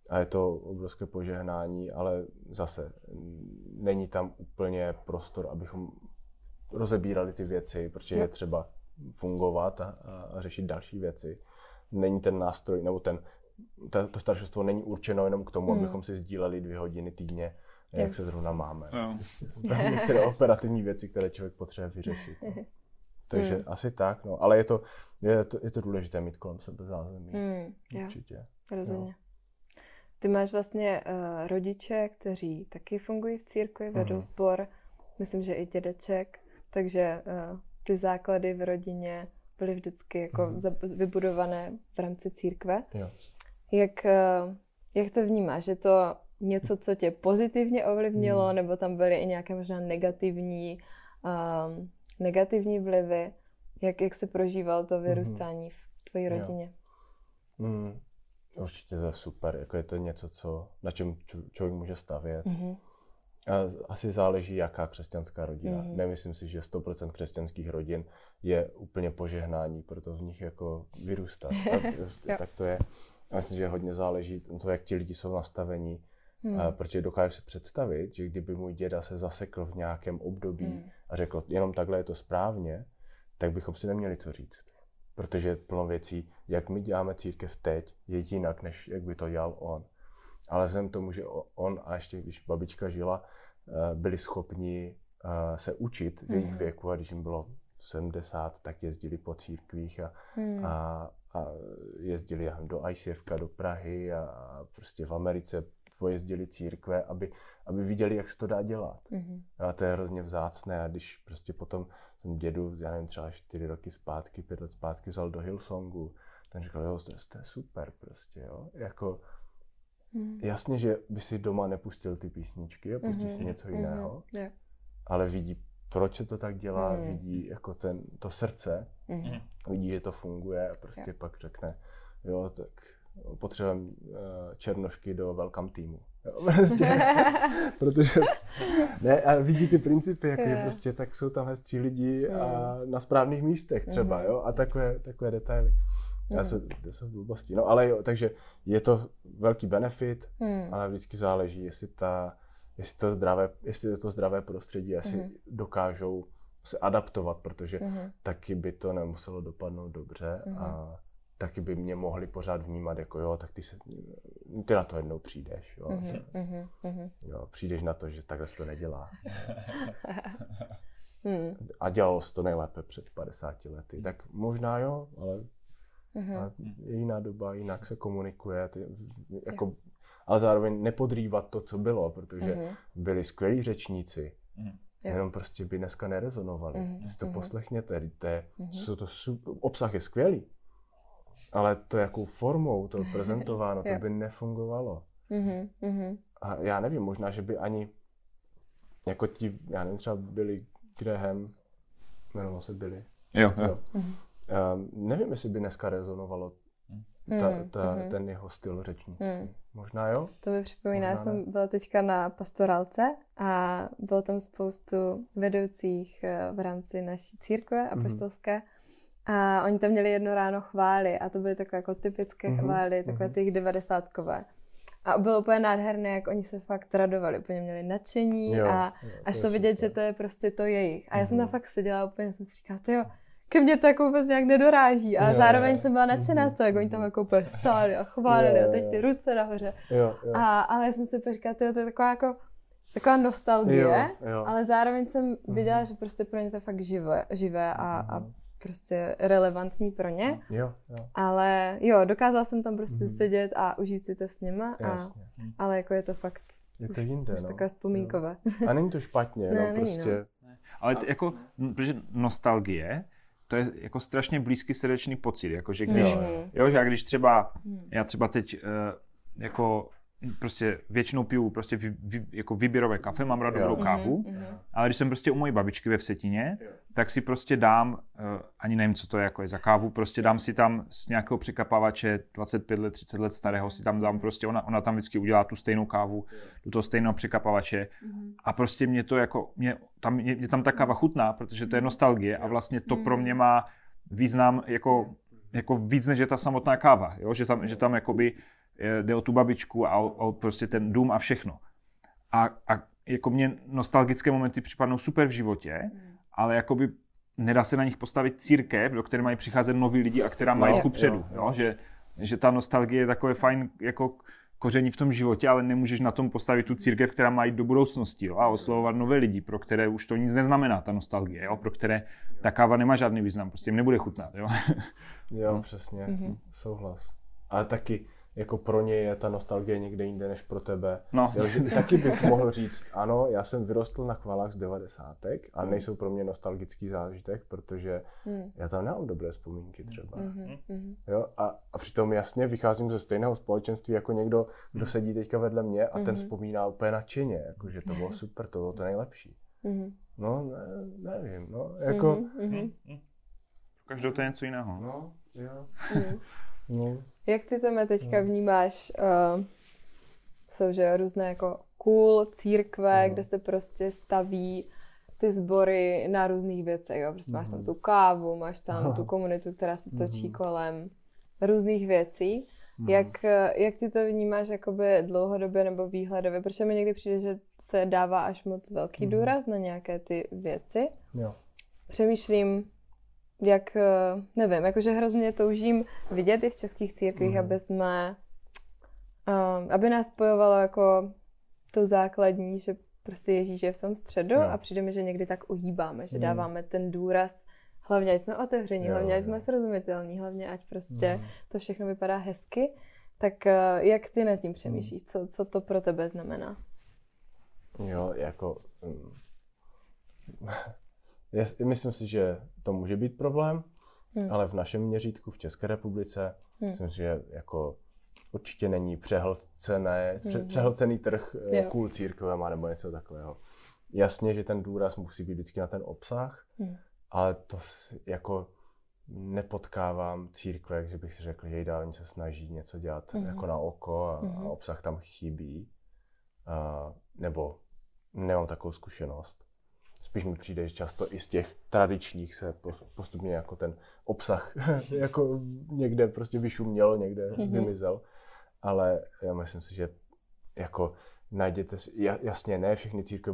a je to obrovské požehnání, ale zase není tam úplně prostor, abychom rozebírali ty věci, protože je třeba fungovat a řešit další věci. Není ten nástroj, nebo to staršovstvo není určeno jenom k tomu, abychom si sdíleli 2 hodiny týdně, jak se zrovna máme. Jsou tam některé operativní věci, které člověk potřebuje vyřešit. No. Takže asi tak, no. Ale je to důležité mít kolem sebe zázemí. Určitě. Rozumím. Ty máš vlastně rodiče, kteří taky fungují v církvi, vedou sbor, myslím, že i dědeček, takže ty základy v rodině byly vždycky jako vybudované v rámci církve. Jo. Jak to vnímáš? Je to něco, co tě pozitivně ovlivnilo, nebo tam byly i nějaké možná negativní vlivy? Jak se prožíval to vyrůstání v tvojí rodině? Určitě to je super, jako je to něco, na čem člověk může stavět. Asi záleží, jaká křesťanská rodina. Nemyslím si, že 100% křesťanských rodin je úplně požehnání, proto v nich jako vyrůstat. Tak to je. A myslím, že hodně záleží na to, jak ti lidi jsou nastavení. Protože dokážu si představit, že kdyby můj děda se zasekl v nějakém období a řekl, jenom takhle je to správně, tak bychom si neměli co říct. Protože plno věcí, jak my děláme církev teď, je jinak, než jak by to dělal on. Ale vzhledem k tomu, že on a ještě když babička žila, byli schopni se učit v jejich věku, a když jim bylo 70, tak jezdili po církvích a jezdili do ICF, do Prahy a prostě v Americe pojezdili církve, aby viděli, jak se to dá dělat. A to je hrozně vzácné. A když prostě potom jsem dědu, já nevím, třeba 4 roky zpátky, 5 let zpátky vzal do Hillsongu, ten říkal, jo, to je super prostě, jo. Jako, jasně, že by si doma nepustil ty písničky a pustí si něco jiného, ale vidí, proč se to tak dělá, vidí jako to srdce, vidí, že to funguje a prostě pak řekne, jo, tak potřebujeme černošky do welcome týmu. Jo, prostě, protože ne, a vidí ty principy, jako je prostě, tak jsou tam hezčí lidi a na správných místech třeba, jo, a takové detaily. To jsou blbosti. No ale jo, takže je to velký benefit, ale vždycky záleží, jestli je to zdravé prostředí, jestli dokážou se adaptovat, protože taky by to nemuselo dopadnout dobře a taky by mě mohli pořád vnímat jako jo, tak ty na to jednou přijdeš, jo. Jo, přijdeš na to, že takhle se to nedělá. A dělalo se to nejlépe před 50 lety, tak možná jo, ale je jiná doba, jinak se komunikuje, jako, ale zároveň nepodrývat to, co bylo, protože byli skvělí řečníci, jenom prostě by dneska nerezonovali. Si to poslechněte, obsah je skvělý, ale to, jakou formou to prezentováno, to by nefungovalo. A já nevím, možná, že by ani jako já nevím, třeba Billy Graham, jmenoval se Billy. Jo. Nevím, jestli by dneska rezonovalo ten jeho styl řečnictví. Možná jo? To mi připomíná, já jsem byla teďka na pastorálce a bylo tam spoustu vedoucích v rámci naší církve apoštolské a oni tam měli jedno ráno chvály a to byly takové jako typické chvály, takové těch 90kové. A bylo úplně nádherné, jak oni se fakt radovali, úplně měli nadšení a až to vidět, že to je prostě to jejich. A já jsem tam fakt seděla úplně, jsem si říkala, tyjo, ke mně to jako vůbec nějak nedoráží a zároveň jsem byla nadšená z toho, jak oni tam jako úplně stáli a chválili a teď ty ruce nahoře. Ale já jsem si říkala, tyjo, to je taková nostalgie, ale zároveň jsem viděla, že prostě pro ně to je fakt živé a prostě relevantní pro ně. Ale jo, dokázala jsem tam prostě sedět a užít si to s nima, ale jako je to fakt je to jinde, už takové vzpomínkové. A není to špatně, ne, prostě. Ale jako, protože nostalgie, to je jako strašně blízký srdečný pocit, jakože když, že když třeba, já třeba teď jako prostě většinou piju prostě jako výběrové kafe, mám rád dobrou kávu, ale když jsem prostě u mojí babičky ve Vsetíně, tak si prostě dám, ani nevím, co to je, jako je za kávu, prostě dám si tam z nějakého překapavače 25 let, 30 let starého, si tam dám prostě, ona tam vždycky udělá tu stejnou kávu, do toho stejného překapavače a prostě mě to jako, mě tam ta káva chutná, protože to je nostalgie a vlastně to pro mě má význam jako víc, než je ta samotná káva, jo? Že tam jakoby jde o tu babičku a o prostě ten dům a všechno. A jako mě nostalgické momenty připadnou super v životě, ale jakoby nedá se na nich postavit církev, do které mají přicházet noví lidi a která mají kupředu. Jo? Že ta nostalgie je takové fajn jako koření v tom životě, ale nemůžeš na tom postavit tu církev, která má jít do budoucnosti, jo? A oslovovat nové lidi, pro které už to nic neznamená, ta nostalgie, jo? Pro které ta káva nemá žádný význam, prostě jim nebude chutnat. Jo, jo přesně, souhlas. Ale taky jako pro ně je ta nostalgie někde jinde než pro tebe. No. Jo, že taky bych mohl říct, ano, já jsem vyrostl na chvalách z 90. a nejsou pro mě nostalgický zážitek, protože já tam nemám dobré vzpomínky třeba. Jo, a přitom jasně vycházím ze stejného společenství jako někdo, kdo sedí teďka vedle mě a ten vzpomíná úplně nadšeně, jako, že to bylo super, to bylo to nejlepší. No, nevím, no, jako... Každou to je něco jiného. No, jo. No. Jak ty to teďka vnímáš? Jsou že různé jako cool církve, kde se prostě staví ty sbory na různých věcech. Jo? Prostě máš tam tu kávu, máš tam tu komunitu, která se točí kolem různých věcí. Jak ty to vnímáš jakoby dlouhodobě nebo výhledově? Protože mi někdy přijde, že se dává až moc velký důraz na nějaké ty věci. Jo. Přemýšlím, jak, nevím, jakože hrozně toužím vidět i v českých církvích, aby nás spojovalo jako to základní, že prostě Ježíš je v tom středu a přijde mi, že někdy tak uhýbáme, že dáváme ten důraz, hlavně ať jsme otevření, hlavně ať jsme srozumitelní, hlavně ať prostě to všechno vypadá hezky. Tak jak ty nad tím přemýšlíš? Co to pro tebe znamená? Jo, jako... Myslím si, že to může být problém, ale v našem měřítku v České republice myslím si, že jako určitě není přehlcený trh cool církvema nebo něco takového. Jasně, že ten důraz musí být vždycky na ten obsah, ale to jako nepotkávám církve, že bych si řekl, že oni se snaží něco dělat jako na oko a obsah tam chybí. Nebo nemám takovou zkušenost. Spíš mi přijde, že často i z těch tradičních se postupně jako ten obsah jako někde prostě vyšuměl, někde vymizel. Ale já myslím si, že jako najděte si, jasně ne, všechny církve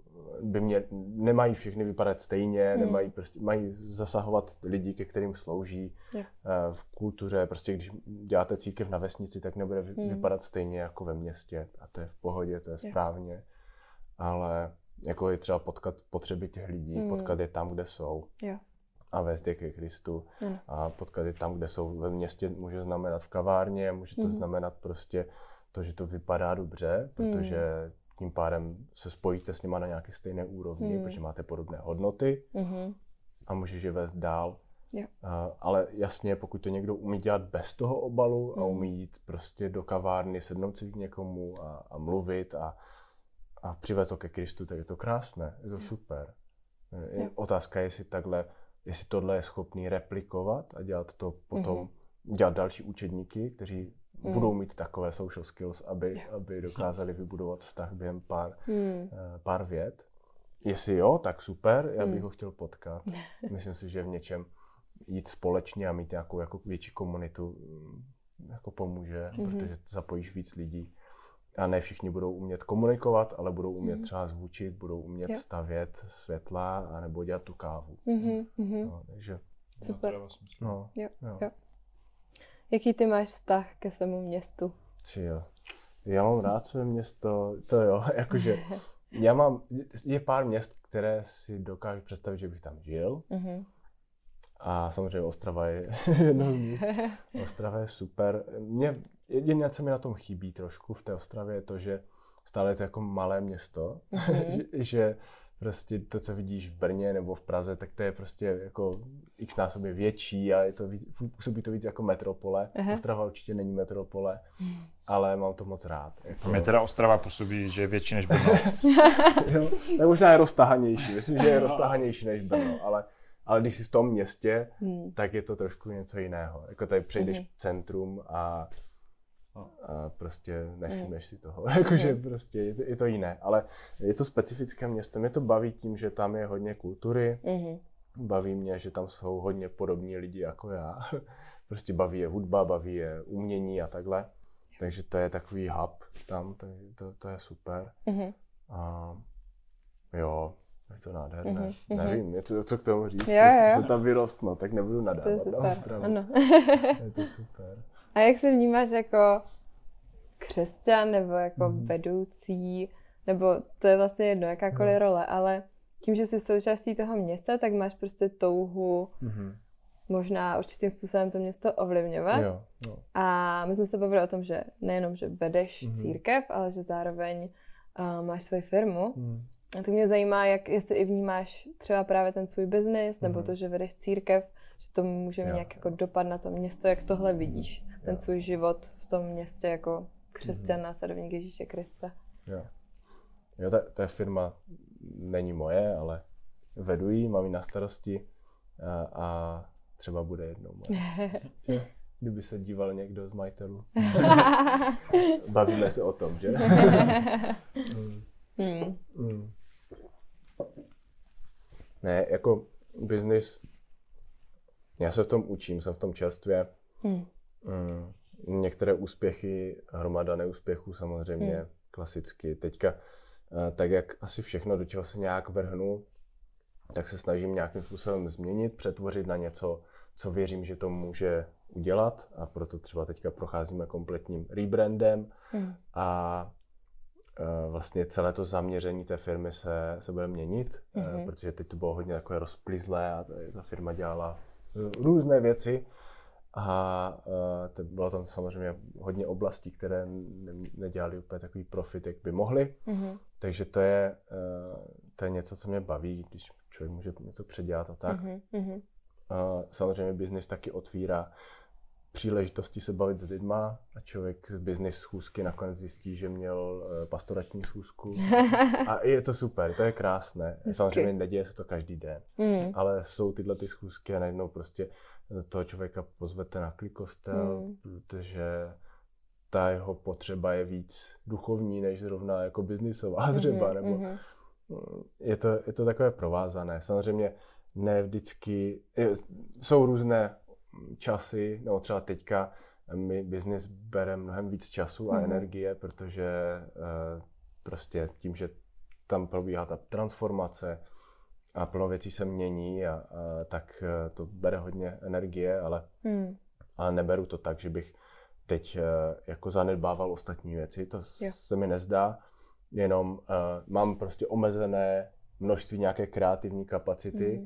nemají všechny vypadat stejně, mají zasahovat lidi, ke kterým slouží v kultuře. Prostě když děláte církev na vesnici, tak nebude vypadat stejně jako ve městě a to je v pohodě, to je správně. Ale jako je třeba potkat potřeby těch lidí, potkat je tam, kde jsou a vést je ke Kristu. A potkat je tam, kde jsou ve městě, může znamenat v kavárně, může to znamenat prostě to, že to vypadá dobře, protože tím pádem se spojíte s nima na nějaké stejné úrovni, protože máte podobné hodnoty a můžeš je vést dál. Ale jasně, pokud to někdo umí dělat bez toho obalu a umí jít prostě do kavárny, sednout si k někomu a mluvit a přivést to ke Kristu, tak je to krásné, je to super. Otázka je, jestli tohle je schopný replikovat a dělat to potom, dělat další učedníky, kteří budou mít takové social skills, aby dokázali vybudovat vztah během pár vět. Jestli jo, tak super, já bych ho chtěl potkat. Myslím si, že v něčem jít společně a mít nějakou jako větší komunitu jako pomůže, protože zapojíš víc lidí. A ne všichni budou umět komunikovat, ale budou umět třeba zvučit, budou umět stavět světla a nebo dělat tu kávu. No, takže, super. No, jo. Jaký ty máš vztah ke svému městu? Já mám rád své město, to jo, jakože je pár měst, které si dokážu představit, že bych tam žil. A samozřejmě Ostrava je jedno z nich. Ostrava je super. Jediné, co mi na tom chybí trošku v té Ostravě, je to, že stále je to jako malé město, že prostě to, co vidíš v Brně nebo v Praze, tak to je prostě jako x-násobně větší a působí to víc jako metropole. Ostrava určitě není metropole, ale mám to moc rád. Jako... Mě teda Ostrava působí, že je větší než Brno. Jo, tak možná je roztahanější. Myslím, že je roztahanější než Brno, ale když jsi v tom městě, tak je to trošku něco jiného. Jako tady přejdeš centrum a prostě nevšimneš si toho. Jakože prostě je to jiné. Ale je to specifické město. Mě to baví tím, že tam je hodně kultury. Baví mě, že tam jsou hodně podobní lidi jako já. Prostě baví je hudba, baví je umění a takhle. Takže to je takový hub tam, to je super. A jo, je to nádherné. Nevím, je to, co k tomu říct, prostě se tam vyrost, no, tak nebudu nadávat na Ostravu. Je to super. A jak se vnímáš jako křesťan nebo jako vedoucí, nebo to je vlastně jedno, jakákoliv role, ale tím, že jsi součástí toho města, tak máš prostě touhu možná určitým způsobem to město ovlivňovat. Jo. A my jsme se bavili o tom, že nejenom, že vedeš církev, ale že zároveň máš svoji firmu. A to mě zajímá, jestli i vnímáš třeba právě ten svůj biznis, nebo to, že vedeš církev, že to může mít nějak jako dopad na to město, jak tohle vidíš, ten svůj život v tom městě jako křesťan, následovník Ježíše Krista. Jo, ta firma není moje, ale vedu ji, mám ji na starosti a třeba bude jednou moje. Kdyby se díval někdo z majitelů. Bavíme se o tom, že? Ne, jako biznis, já se v tom učím, jsem v tom čerstvě. Některé úspěchy, hromada neúspěchů samozřejmě, klasicky. Teďka, tak jak asi všechno, do čeho se nějak vrhnu, tak se snažím nějakým způsobem změnit, přetvořit na něco, co věřím, že to může udělat, a proto třeba teďka procházíme kompletním rebrandem a vlastně celé to zaměření té firmy se bude měnit, protože teď to bylo hodně takové rozplizlé a ta firma dělala různé věci a bylo tam samozřejmě hodně oblastí, které nedělali úplně takový profit, jak by mohli. Takže to je něco, co mě baví, když člověk může něco předělat a tak. Samozřejmě biznis taky otvírá příležitosti se bavit s lidma a člověk z business schůzky nakonec zjistí, že měl pastorační schůzku a je to super, to je krásné. Samozřejmě neděje se to každý den, ale jsou tyhle ty schůzky a najednou prostě toho člověka pozvete na klikostel, protože ta jeho potřeba je víc duchovní, než zrovna jako biznisová třeba, nebo je to takové provázané. Samozřejmě ne vždycky, jsou různé časy, nebo třeba teďka mi biznis bere mnohem víc času a energie, protože prostě tím, že tam probíhá ta transformace a plno věcí se mění, a tak to bere hodně energie, ale neberu to tak, že bych teď jako zanedbával ostatní věci, to se mi nezdá, jenom mám prostě omezené množství nějaké kreativní kapacity,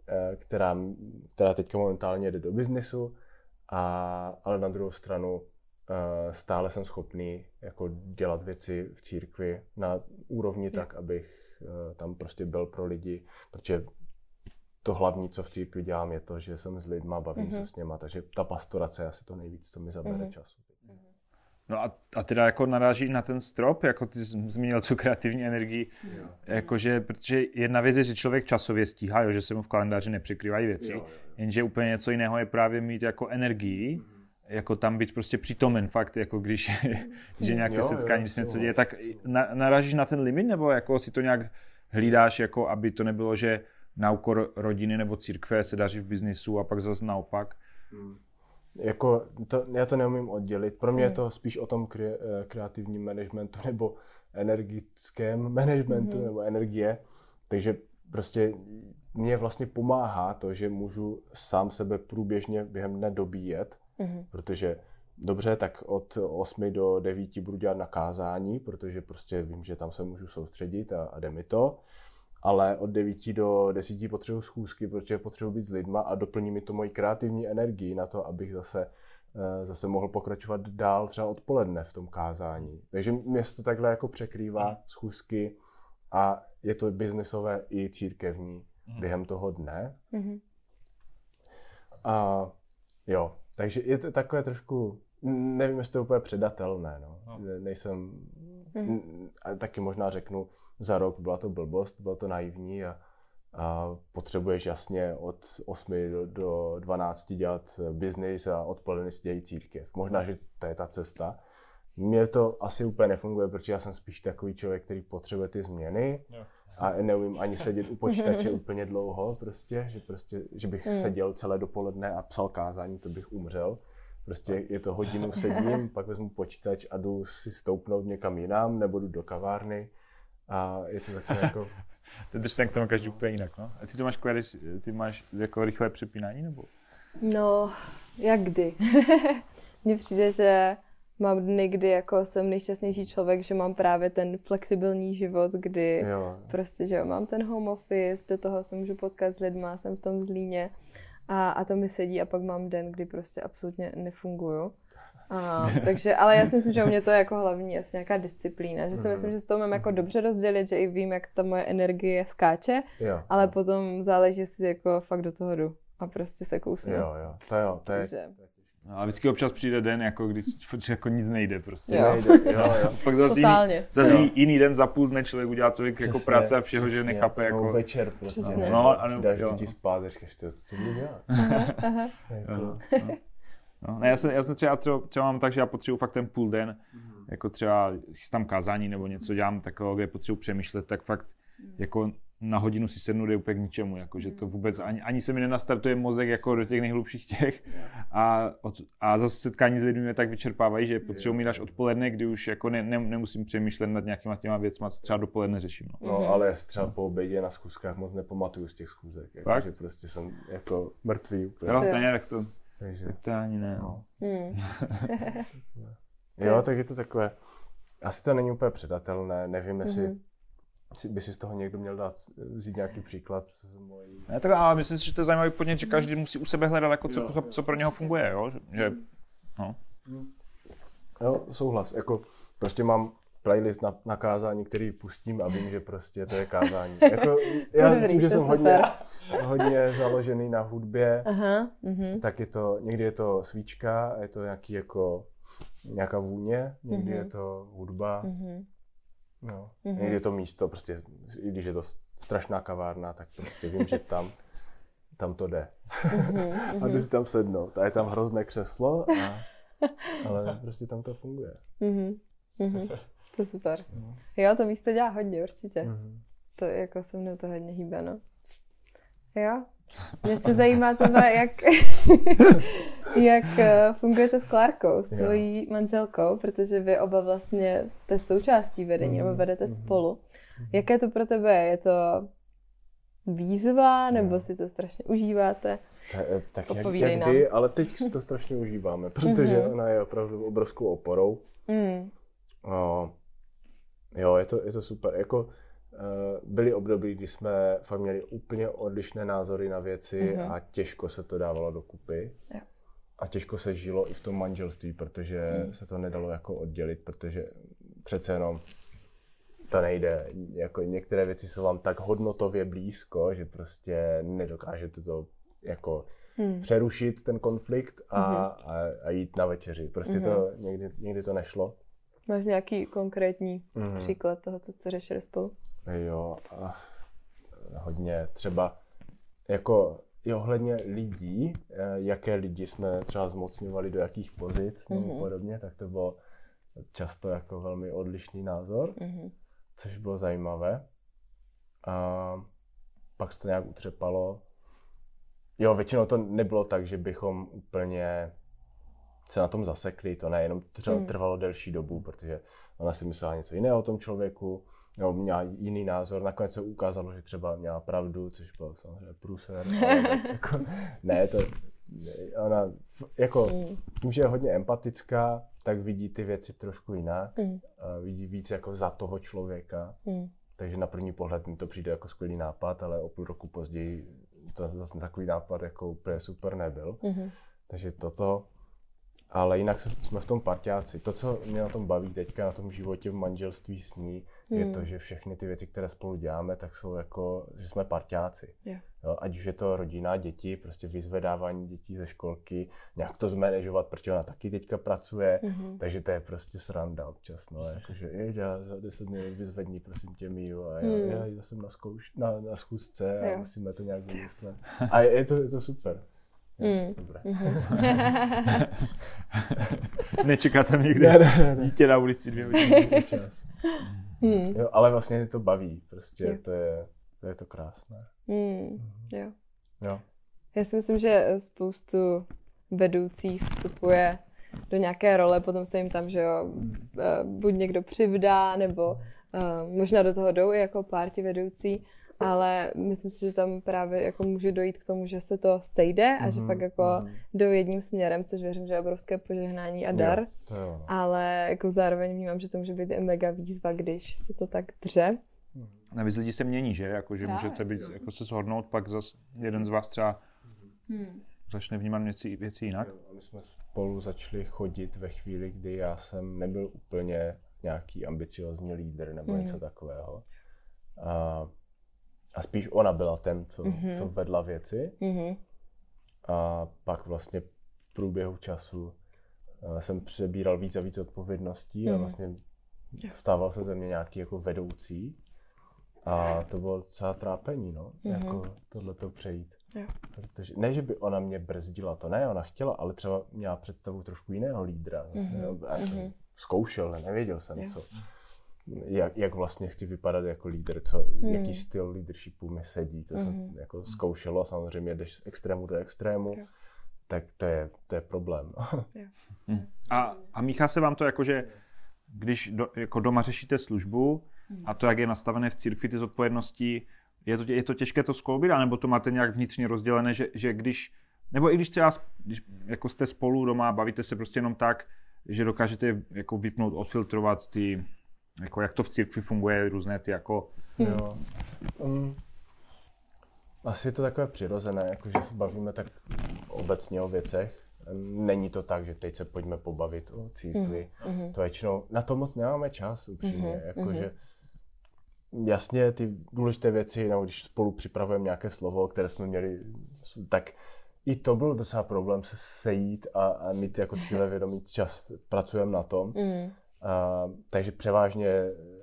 která teďka momentálně jde do biznisu, ale na druhou stranu stále jsem schopný jako dělat věci v církvi na úrovni tak, abych tam prostě byl pro lidi, protože to hlavní, co v církvi dělám, je to, že jsem s lidma, bavím se s něma, takže ta pastorace je asi to nejvíc, co mi zabere času. No a teda jako narážíš na ten strop, jako ty jsi zmínil tu kreativní energii, jakože, protože jedna věc je, že člověk časově stíhá, jo, že se mu v kalendáři nepřekrývají věci, jenže úplně něco jiného je právě mít jako energii, jako tam být prostě přítomen fakt, jako když je nějaké setkání, když se něco děje, tak narážíš na ten limit, nebo jako si to nějak hlídáš, jako aby to nebylo, že na úkor rodiny nebo církve se daří v biznisu a pak zase naopak? Jako já to neumím oddělit. Pro mě je to spíš o tom kreativním managementu nebo energickém managementu nebo energie. Takže prostě mě vlastně pomáhá to, že můžu sám sebe průběžně během dne dobíjet, protože dobře, tak od 8 do 9 budu dělat na kázání, protože prostě vím, že tam se můžu soustředit a jde mi to. Ale od 9 do 10 potřebuji schůzky, protože potřebuji být s lidma a doplní mi to moji kreativní energii na to, abych zase mohl pokračovat dál třeba odpoledne v tom kázání. Takže mě se to takhle jako překrývá schůzky a je to biznesové i církevní během toho dne. A jo, takže je to takové trošku, nevím, jestli to je úplně předatelné, no. Nejsem, a taky možná řeknu, za rok byla to blbost, bylo to naivní a potřebuješ jasně od 8 do 12 dělat biznis a odpoledne si dělat církev. Možná, že to je ta cesta. Mně to asi úplně nefunguje, protože já jsem spíš takový člověk, který potřebuje ty změny a neumím ani sedět u počítače úplně dlouho, že bych seděl celé dopoledne a psal kázání, to bych umřel. Prostě je to hodinu sedím, pak vezmu počítač a jdu si stoupnout někam jinam, nebo jdu do kavárny a je to takové jako... Ty držíš k tomu každý úplně jinak, no? A ty to máš, ty máš jako rychlé přepínání, nebo? No, jak kdy. Mně přijde, že mám dny, kdy jako jsem nejšťastnější člověk, že mám právě ten flexibilní život, kdy prostě, že jo, mám ten home office, do toho se můžu potkat s lidma, jsem v tom Zlíně a to mi sedí a pak mám den, kdy prostě absolutně nefunguju. Takže, ale já si myslím, že u mě to je jako hlavní asi nějaká disciplína, že si myslím, že s toho mám jako dobře rozdělit, že i vím, jak ta moje energie skáče, ale potom záleží, jestli jako fakt do toho jdu a prostě se kousnu. To je. No, a vždycky občas přijde den, jako když jako nic nejde prostě. Jo. Pak zase jiný den za půl dne člověk udělá tolik jako práce a všeho, že nechápe jako... No, večer prostě. Dáš děti spát a říkáš, co budu dělat? No, já jsem třeba mám tak, že já potřebuji fakt ten půl den, jako třeba chystám kázání nebo něco dělám takového, kde potřebuji přemýšlet, tak fakt jako na hodinu si sednu jde úplně k ničemu, jako, že to vůbec ani se mi nenastartuje mozek jako do těch nejhlubších těch a zase setkání s lidmi mě tak vyčerpávají, že potřebuji mít až odpoledne, kdy už jako nemusím přemýšlet nad nějakýma těma věcma, co třeba dopoledne řeším. No, ale já si třeba po obědě na schůzkách moc nepamatuju z těch schůzek, jako, že prostě jsem jako mrtvý úplně. Jo, to nějak to. Takže to ani ne. No. Jo, tak je to takové, asi to není úplně předatelné, nevím, jestli by si z toho někdo měl vzít nějaký příklad z mojí... Ne, tak ale myslím si, že to je zajímavý podnět, že každý musí u sebe hledat, jako co pro něho funguje, jo? Že, no. Jo, souhlas, jako prostě mám playlist na kázání, který pustím a vím, že prostě to je kázání. Jako, já tím, že jsem hodně založený na hudbě, tak někdy je to svíčka, a je to nějaká vůně, někdy je to hudba, někdy je to místo, prostě, i když je to strašná kavárna, tak prostě vím, že tam to jde. A jdu si tam sednout a je tam hrozné křeslo, ale prostě tam to funguje. To super. Jo, to místo dělá hodně, určitě. To jako se mnou to hodně hýbe, no. Jo. Mě se zajímá tohle, jak fungujete s Klárkou, s tvojí manželkou, protože vy oba vlastně jste součástí vedení, nebo vedete spolu. Jaké to pro tebe je? Je to výzva, nebo si to strašně užíváte? Tak někdy, ale teď si to strašně užíváme, protože ona je opravdu obrovskou oporou. Jo, je to super. Jako, byly období, kdy jsme fakt měli úplně odlišné názory na věci a těžko se to dávalo dokupy. Jo. A těžko se žilo i v tom manželství, protože se to nedalo jako oddělit, protože přece jenom to nejde. Jako některé věci jsou vám tak hodnotově blízko, že prostě nedokážete to jako přerušit ten konflikt a jít na večeři. Prostě to někdy to nešlo. Máš nějaký konkrétní příklad toho, co jste řešili spolu? Jo, hodně. Třeba jako i ohledně lidí, jaké lidi jsme třeba zmocňovali do jakých pozic nebo podobně, tak to bylo často jako velmi odlišný názor, což bylo zajímavé. A pak se to nějak utřepalo. Jo, většinou to nebylo tak, že bychom úplně se na tom zasekli, to ne, jenom třeba trvalo delší dobu, protože ona si myslela něco jiného o tom člověku, nebo měla jiný názor, nakonec se ukázalo, že třeba měla pravdu, což bylo samozřejmě průser, ale jako, ona jako tím, že je hodně empatická, tak vidí ty věci trošku jinak, vidí víc jako za toho člověka, takže na první pohled mi to přijde jako skvělý nápad, ale o půl roku později to zase takový nápad jako úplně super nebyl, takže toto. Ale jinak jsme v tom parťáci. To, co mě na tom baví teďka, na tom životě v manželství s ní, je to, že všechny ty věci, které spolu děláme, tak jsou jako, že jsme parťáci. Jo, ať už je to rodina, děti, prostě vyzvedávání dětí ze školky, nějak to zmanéžovat, protože ona taky teďka pracuje, takže to je prostě sranda občas, no, jakože já za 10 minut vyzvedni, prosím tě, Míju, a já jsem na schůzce a musíme to nějak vymyslet. A je to super. Dobré. Nečeká tam někde dítě na ulici 2 hodiny. Jo, ale vlastně to baví, prostě to je to krásné. Jo. Jo. Já si myslím, že spoustu vedoucí vstupuje do nějaké role, potom se jim tam, že jo, buď někdo přivdá, nebo možná do toho jdou i jako pár vedoucí, ale myslím si, že tam právě jako může dojít k tomu, že se to sejde a že fakt jako jdou jedním směrem, což věřím, že je obrovské požehnání a dar, jo. Ale jako zároveň vnímám, že to může být i mega výzva, když se to tak dře. Navíc lidi se mění, že? Jako, že můžete být, jako se shodnout, pak zase jeden z vás třeba začne vnímat věci jinak. A my jsme spolu začali chodit ve chvíli, kdy já jsem nebyl úplně nějaký ambiciozní lídr nebo něco takového. A spíš ona byla ten, co vedla věci. A pak vlastně v průběhu času jsem přebíral víc a víc odpovědností a vlastně vstával se ze mě nějaký jako vedoucí. A to bylo docela trápení, no, jako tohleto přejít. Protože ne, že by ona mě brzdila, to ne, ona chtěla, ale třeba měla představu trošku jiného lídra. Já jsem zkoušel, nevěděl jsem, jak vlastně chci vypadat jako lídr, jaký styl leadershipu mi sedí. To jsem jako zkoušel a samozřejmě jdeš z extrému do extrému, tak to je problém. No. A míchá se vám to jako, že když jako doma řešíte službu a to, jak je nastavené v církvi ty zodpovědnosti, je to těžké to skloubit, anebo to máte nějak vnitřně rozdělené, že když, nebo i když třeba když jako jste spolu doma, bavíte se prostě jenom tak, že dokážete jako vypnout, odfiltrovat ty, jako jak to v církvi funguje, různé ty jako... Jo. Asi je to takové přirozené, jako že se bavíme tak obecně o věcech. Není to tak, že teď se pojďme pobavit o církvi. To většinou, na to moc nemáme čas upřímně, jakože jasně ty důležité věci, nebo když spolu připravujeme nějaké slovo, které jsme měli, tak i to byl docela problém se sejít a mít jako cílevědomý čas, pracujeme na tom. Takže převážně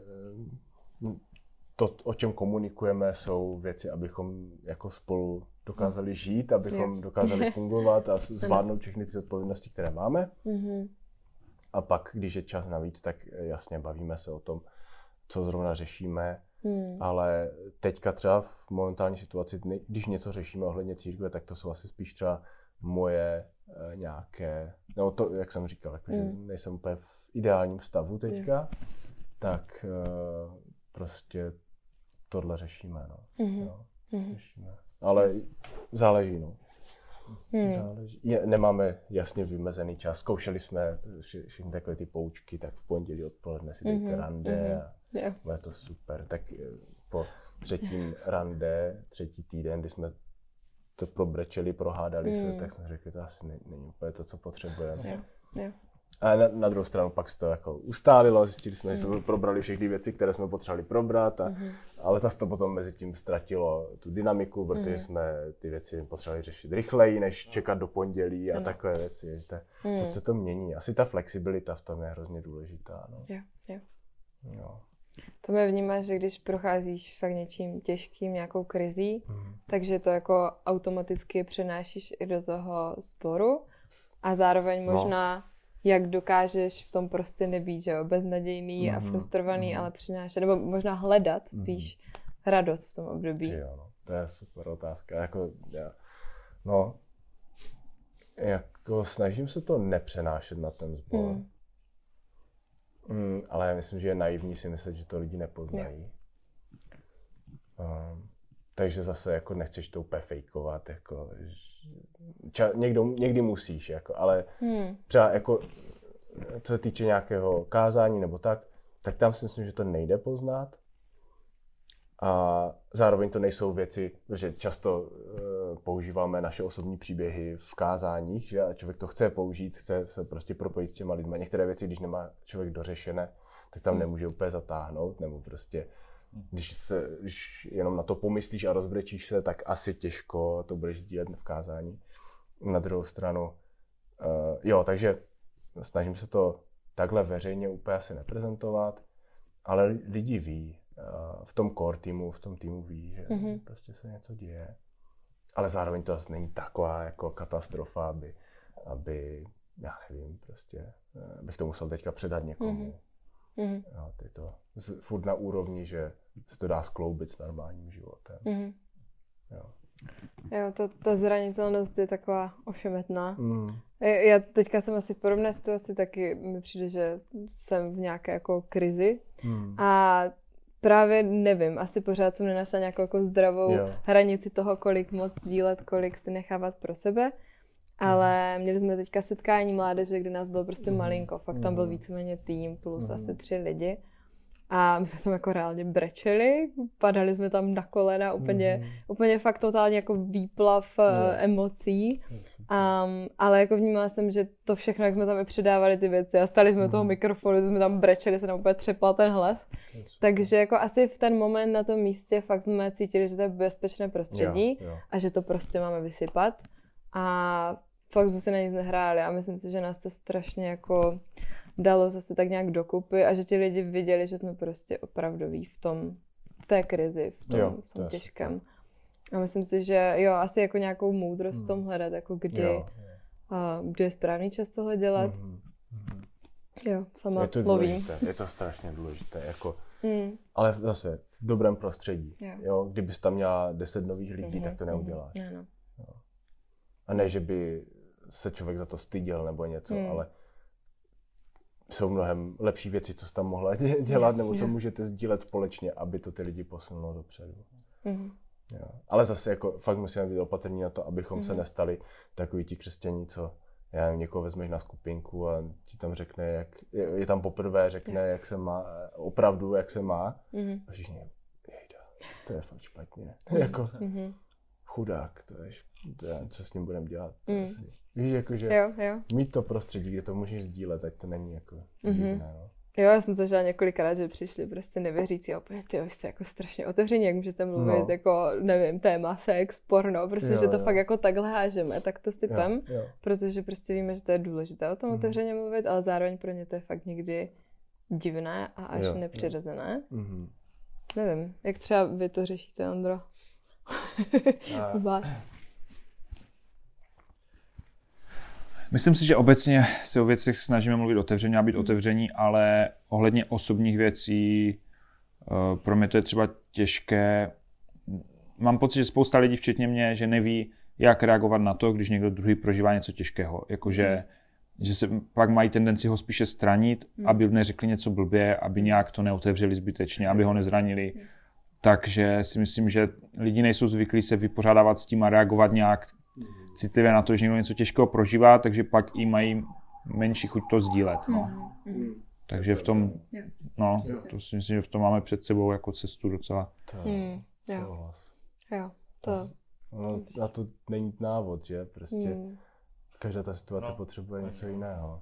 to, o čem komunikujeme, jsou věci, abychom jako spolu dokázali žít, abychom dokázali fungovat a zvládnout všechny ty odpovědnosti, které máme. A pak, když je čas navíc, tak jasně bavíme se o tom, co zrovna řešíme. Ale teďka třeba v momentální situaci, když něco řešíme ohledně církve, tak to jsou asi spíš třeba moje nějaké, no to, jak jsem říkal, jako, že nejsem úplně v ideálním stavu teďka, tak prostě tohle řešíme, no. Řešíme. Ale záleží, no. Záleží. Nemáme jasně vymezený čas. Zkoušeli jsme všechny takové ty poučky, tak v pondělí odpoledne si dejte rande a bude to super. Tak po třetím rande, třetí týden, kdy jsme to probrečeli, prohádali se, tak jsme řekli, to asi není úplně to, co potřebujeme. A na druhou stranu pak se to jako ustálilo, zjistili jsme, že jsme probrali všechny věci, které jsme potřebovali probrat, ale zase to potom mezi tím ztratilo tu dynamiku, protože jsme ty věci potřebovali řešit rychleji, než čekat do pondělí a takové věci. Že furt se to mění. Asi ta flexibilita v tom je hrozně důležitá. No. Jo. To mě vnímáš, že když procházíš fakt něčím těžkým, nějakou krizí, takže to jako automaticky přenášíš i do toho sboru a zároveň možná jak dokážeš v tom prostě nebýt, že jo, beznadějný a frustrovaný, ale přinášet, nebo možná hledat spíš radost v tom období. Jo, no, to je super otázka. Jako snažím se to nepřenášet na ten sbor, ale já myslím, že je naivní si myslet, že to lidi nepoznají. Takže zase jako nechceš to úplně fejkovat, jako někdy musíš, jako, ale třeba jako co se týče nějakého kázání nebo tak tam si myslím, že to nejde poznat. A zároveň to nejsou věci, protože často používáme naše osobní příběhy v kázáních, že a člověk to chce použít, chce se prostě propojit s těma lidma. Některé věci, když nemá člověk dořešené, tak tam nemůže úplně zatáhnout, nebo prostě když jenom na to pomyslíš a rozbrečíš se, tak asi těžko to budeš sdílet v kázání. Na druhou stranu, takže snažím se to takhle veřejně úplně asi neprezentovat, ale lidi ví, v tom core týmu, v tom týmu ví, že prostě se něco děje. Ale zároveň to asi není taková jako katastrofa, aby já nevím, prostě, bych to musel teďka předat někomu. Jo, je to furt na úrovni, že se to dá skloubit s normálním životem. Jo. Jo, ta zranitelnost je taková ošemetná. Já teďka jsem asi v podobné situaci, taky mi přijde, že jsem v nějaké jako krizi a právě nevím, asi pořád jsem nenašla nějakou jako zdravou hranici toho, kolik moc dílet, kolik si nechávat pro sebe. Ale měli jsme teďka setkání mládeže, kde nás bylo prostě malinko. Fakt tam byl víceméně tým plus asi 3 lidi. A my jsme tam jako reálně brečeli, padali jsme tam na kolena, úplně fakt totálně jako výplav emocí. Ale jako vnímala jsem, že to všechno, jak jsme tam i předávali ty věci a stali jsme toho mikrofonu, jsme tam brečeli, se nám úplně třepal ten hlas. Takže jako asi v ten moment na tom místě fakt jsme cítili, že to je bezpečné prostředí a že to prostě máme vysypat. A fakt jsme se na nic nehráli a myslím si, že nás to strašně jako dalo zase tak nějak dokupy a že ti lidi viděli, že jsme prostě opravdoví v té krizi, v tom těžkém. A myslím si, že jo, asi jako nějakou moudrost v tom hledat, jako kdy je správný čas tohle dělat. Jo, sama je to lovím. Důležité, je to strašně důležité, jako, ale zase v dobrém prostředí. Jo, kdybys tam měla 10 nových lidí, tak to neuděláš. Jo. A ne, že by se člověk za to styděl nebo něco, ale jsou mnohem lepší věci, co jsi tam mohla dělat, nebo co můžete sdílet společně, aby to ty lidi posunulo dopředu. Jo. Ale zase jako fakt musíme být opatrní na to, abychom se nestali takový ti křesťaní, co já nevím, někoho vezmeš na skupinku a ti tam řekne, jak je tam poprvé, řekne, jak se má, opravdu, jak se má. A všichni, jejda, to je fakt špatně. Jako, chudák, to je, co s ním budeme dělat. Víš, jakože mít to prostředí, kde to můžeš sdílet, ať to není jako divné, no. Jo, já jsem zažila několikrát, že přišli prostě nevěřící a opět, ty jste jako strašně otevření, jak můžete mluvit, jako, nevím, téma sex, porno, prostě, že to fakt jako takhle hážeme, tak to sypem, protože prostě víme, že to je důležité o tom otevřeně mluvit, ale zároveň pro ně to je fakt někdy divné a až nepřirozené. Nevím, jak třeba vy to řešíte, Ondro? Myslím si, že obecně se o věcech snažíme mluvit otevřeně a být otevření, ale ohledně osobních věcí pro mě to je třeba těžké. Mám pocit, že spousta lidí, včetně mě, že neví, jak reagovat na to, když někdo druhý prožívá něco těžkého. Jakože že se pak mají tendenci ho spíše stranit, aby neřekli něco blbě, aby nějak to neotevřeli zbytečně, aby ho nezranili. Takže si myslím, že lidi nejsou zvyklí se vypořádávat s tím a reagovat nějak citlivě na to, že někdo něco těžkého prožívá, takže pak i mají menší chuť to sdílet. No. Takže v tom, no, to si myslím, že v tom máme před sebou jako cestu docela. Jo, to. A to není návod, že? Prostě každá ta situace potřebuje něco jiného.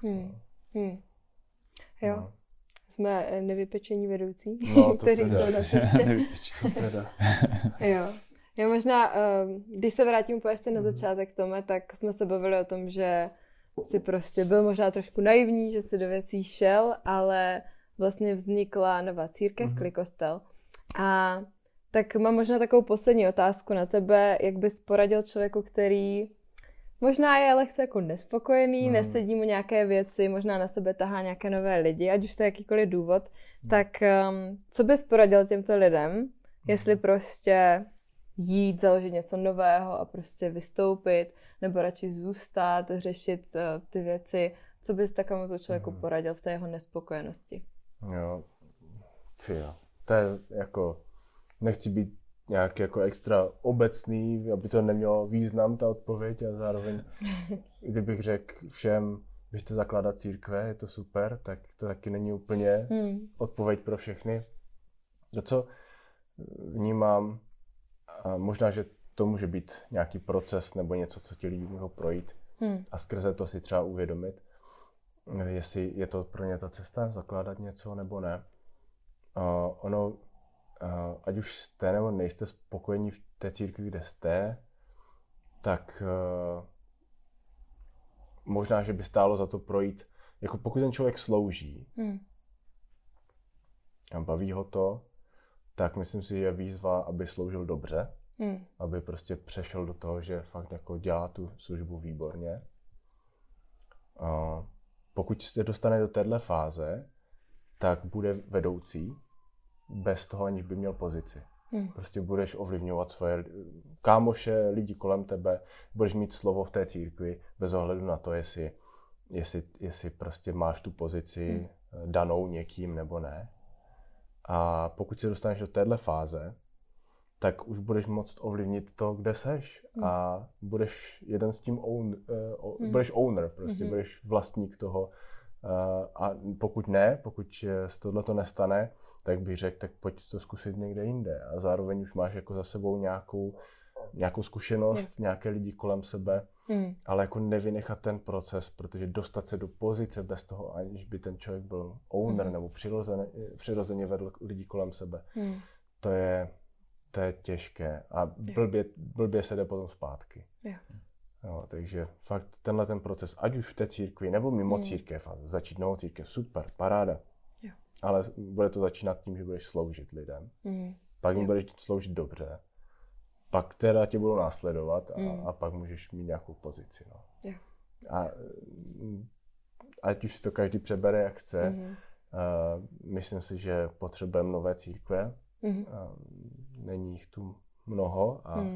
Jo. No. Jsme nevypečení vedoucí, no, kteří jsou na cestě. Co teda? Jo. Já možná, když se vrátím úplně ještě na začátek, Tome, tak jsme se bavili o tom, že si prostě byl možná trošku naivní, že si do věcí šel, ale vlastně vznikla nová církev, Klikostel. A tak mám možná takovou poslední otázku na tebe, jak bys poradil člověku, který možná je lehce jako nespokojený, nesedí mu nějaké věci, možná na sebe tahá nějaké nové lidi, ať už to je jakýkoliv důvod, tak co bys poradil těmto lidem, jestli prostě jít, založit něco nového a prostě vystoupit, nebo radši zůstat, řešit ty věci, co bys takovému člověku poradil v té jeho nespokojenosti? Jo, to je jako, nechci být nějak jako extra obecný, aby to nemělo význam, ta odpověď, a zároveň, kdybych řekl všem, běžte zakládat církve, je to super, tak to taky není úplně odpověď pro všechny. To, co vnímám, a možná, že to může být nějaký proces nebo něco, co ti lidi můžou projít a skrze to si třeba uvědomit, jestli je to pro ně ta cesta, zakládat něco nebo ne. Ať už jste nebo nejste spokojení v té církvi, kde jste, tak možná, že by stálo za to projít, jako pokud ten člověk slouží a baví ho to, tak myslím si, že je výzva, aby sloužil dobře, aby prostě přešel do toho, že fakt jako dělá tu službu výborně. Pokud se dostane do téhle fáze, tak bude vedoucí bez toho, aniž by měl pozici. Prostě budeš ovlivňovat svoje kámoše, lidi kolem tebe, budeš mít slovo v té církvi bez ohledu na to, jestli prostě máš tu pozici danou někým nebo ne. A pokud se dostaneš do téhle fáze, tak už budeš moct ovlivnit to, kde seš. A budeš jeden s tím budeš owner, prostě budeš vlastník toho. A pokud se tohleto nestane, tak bych řekl, tak pojď to zkusit někde jinde. A zároveň už máš jako za sebou nějakou zkušenost, nějaké lidi kolem sebe, ale jako nevynechat ten proces, protože dostat se do pozice bez toho, aniž by ten člověk byl owner nebo přirozeně vedl lidi kolem sebe. To je těžké a blbě se jde potom zpátky. Jo, takže fakt tenhle ten proces, ať už v té církvi nebo mimo církev, a začít novou církev, super, paráda. Jo. Ale bude to začínat tím, že budeš sloužit lidem. Pak jim budeš sloužit dobře. Pak teda tě budou následovat a pak můžeš mít nějakou pozici. No. Jo. A ať už si to každý přebere, jak chce, myslím si, že potřebujeme nové církve. Není jich tu mnoho a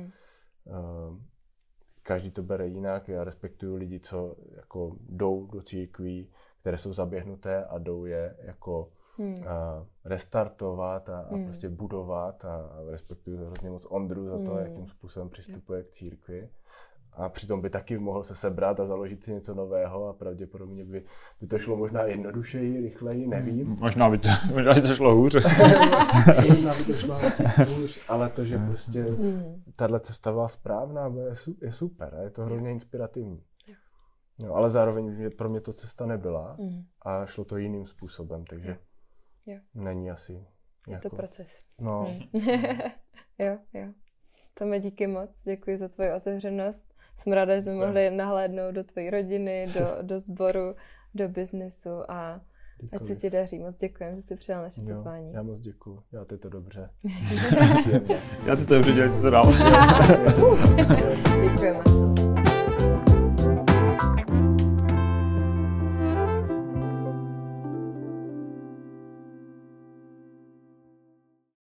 každý to bere jinak. Já respektuju lidi, co jako jdou do církví, které jsou zaběhnuté a jdou je jako restartovat a prostě budovat a respektuju hrozně moc Ondru za to, jakým způsobem přistupuje k církvi. A přitom by taky mohl se sebrat a založit si něco nového a pravděpodobně by to šlo možná jednodušeji, rychleji, nevím. Možná by to šlo hůř. Možná by to šlo hůř, ale to, že prostě tahle cesta byla správná, je super, je to hrozně inspirativní. No, ale zároveň pro mě to cesta nebyla a šlo to jiným způsobem, takže není asi... Je to proces. No. Jo. Tome, díky moc, děkuji za tvoji otevřenost. Jsem ráda, že jsme mohli nahlédnout do tvojí rodiny, do sboru, do biznesu a ať se ti daří. Moc děkujem, že jsi přijal naše pozvání. Já moc děkuji, děláte to dobře. Já ty to dobře, dělejte to dál. Děkujeme.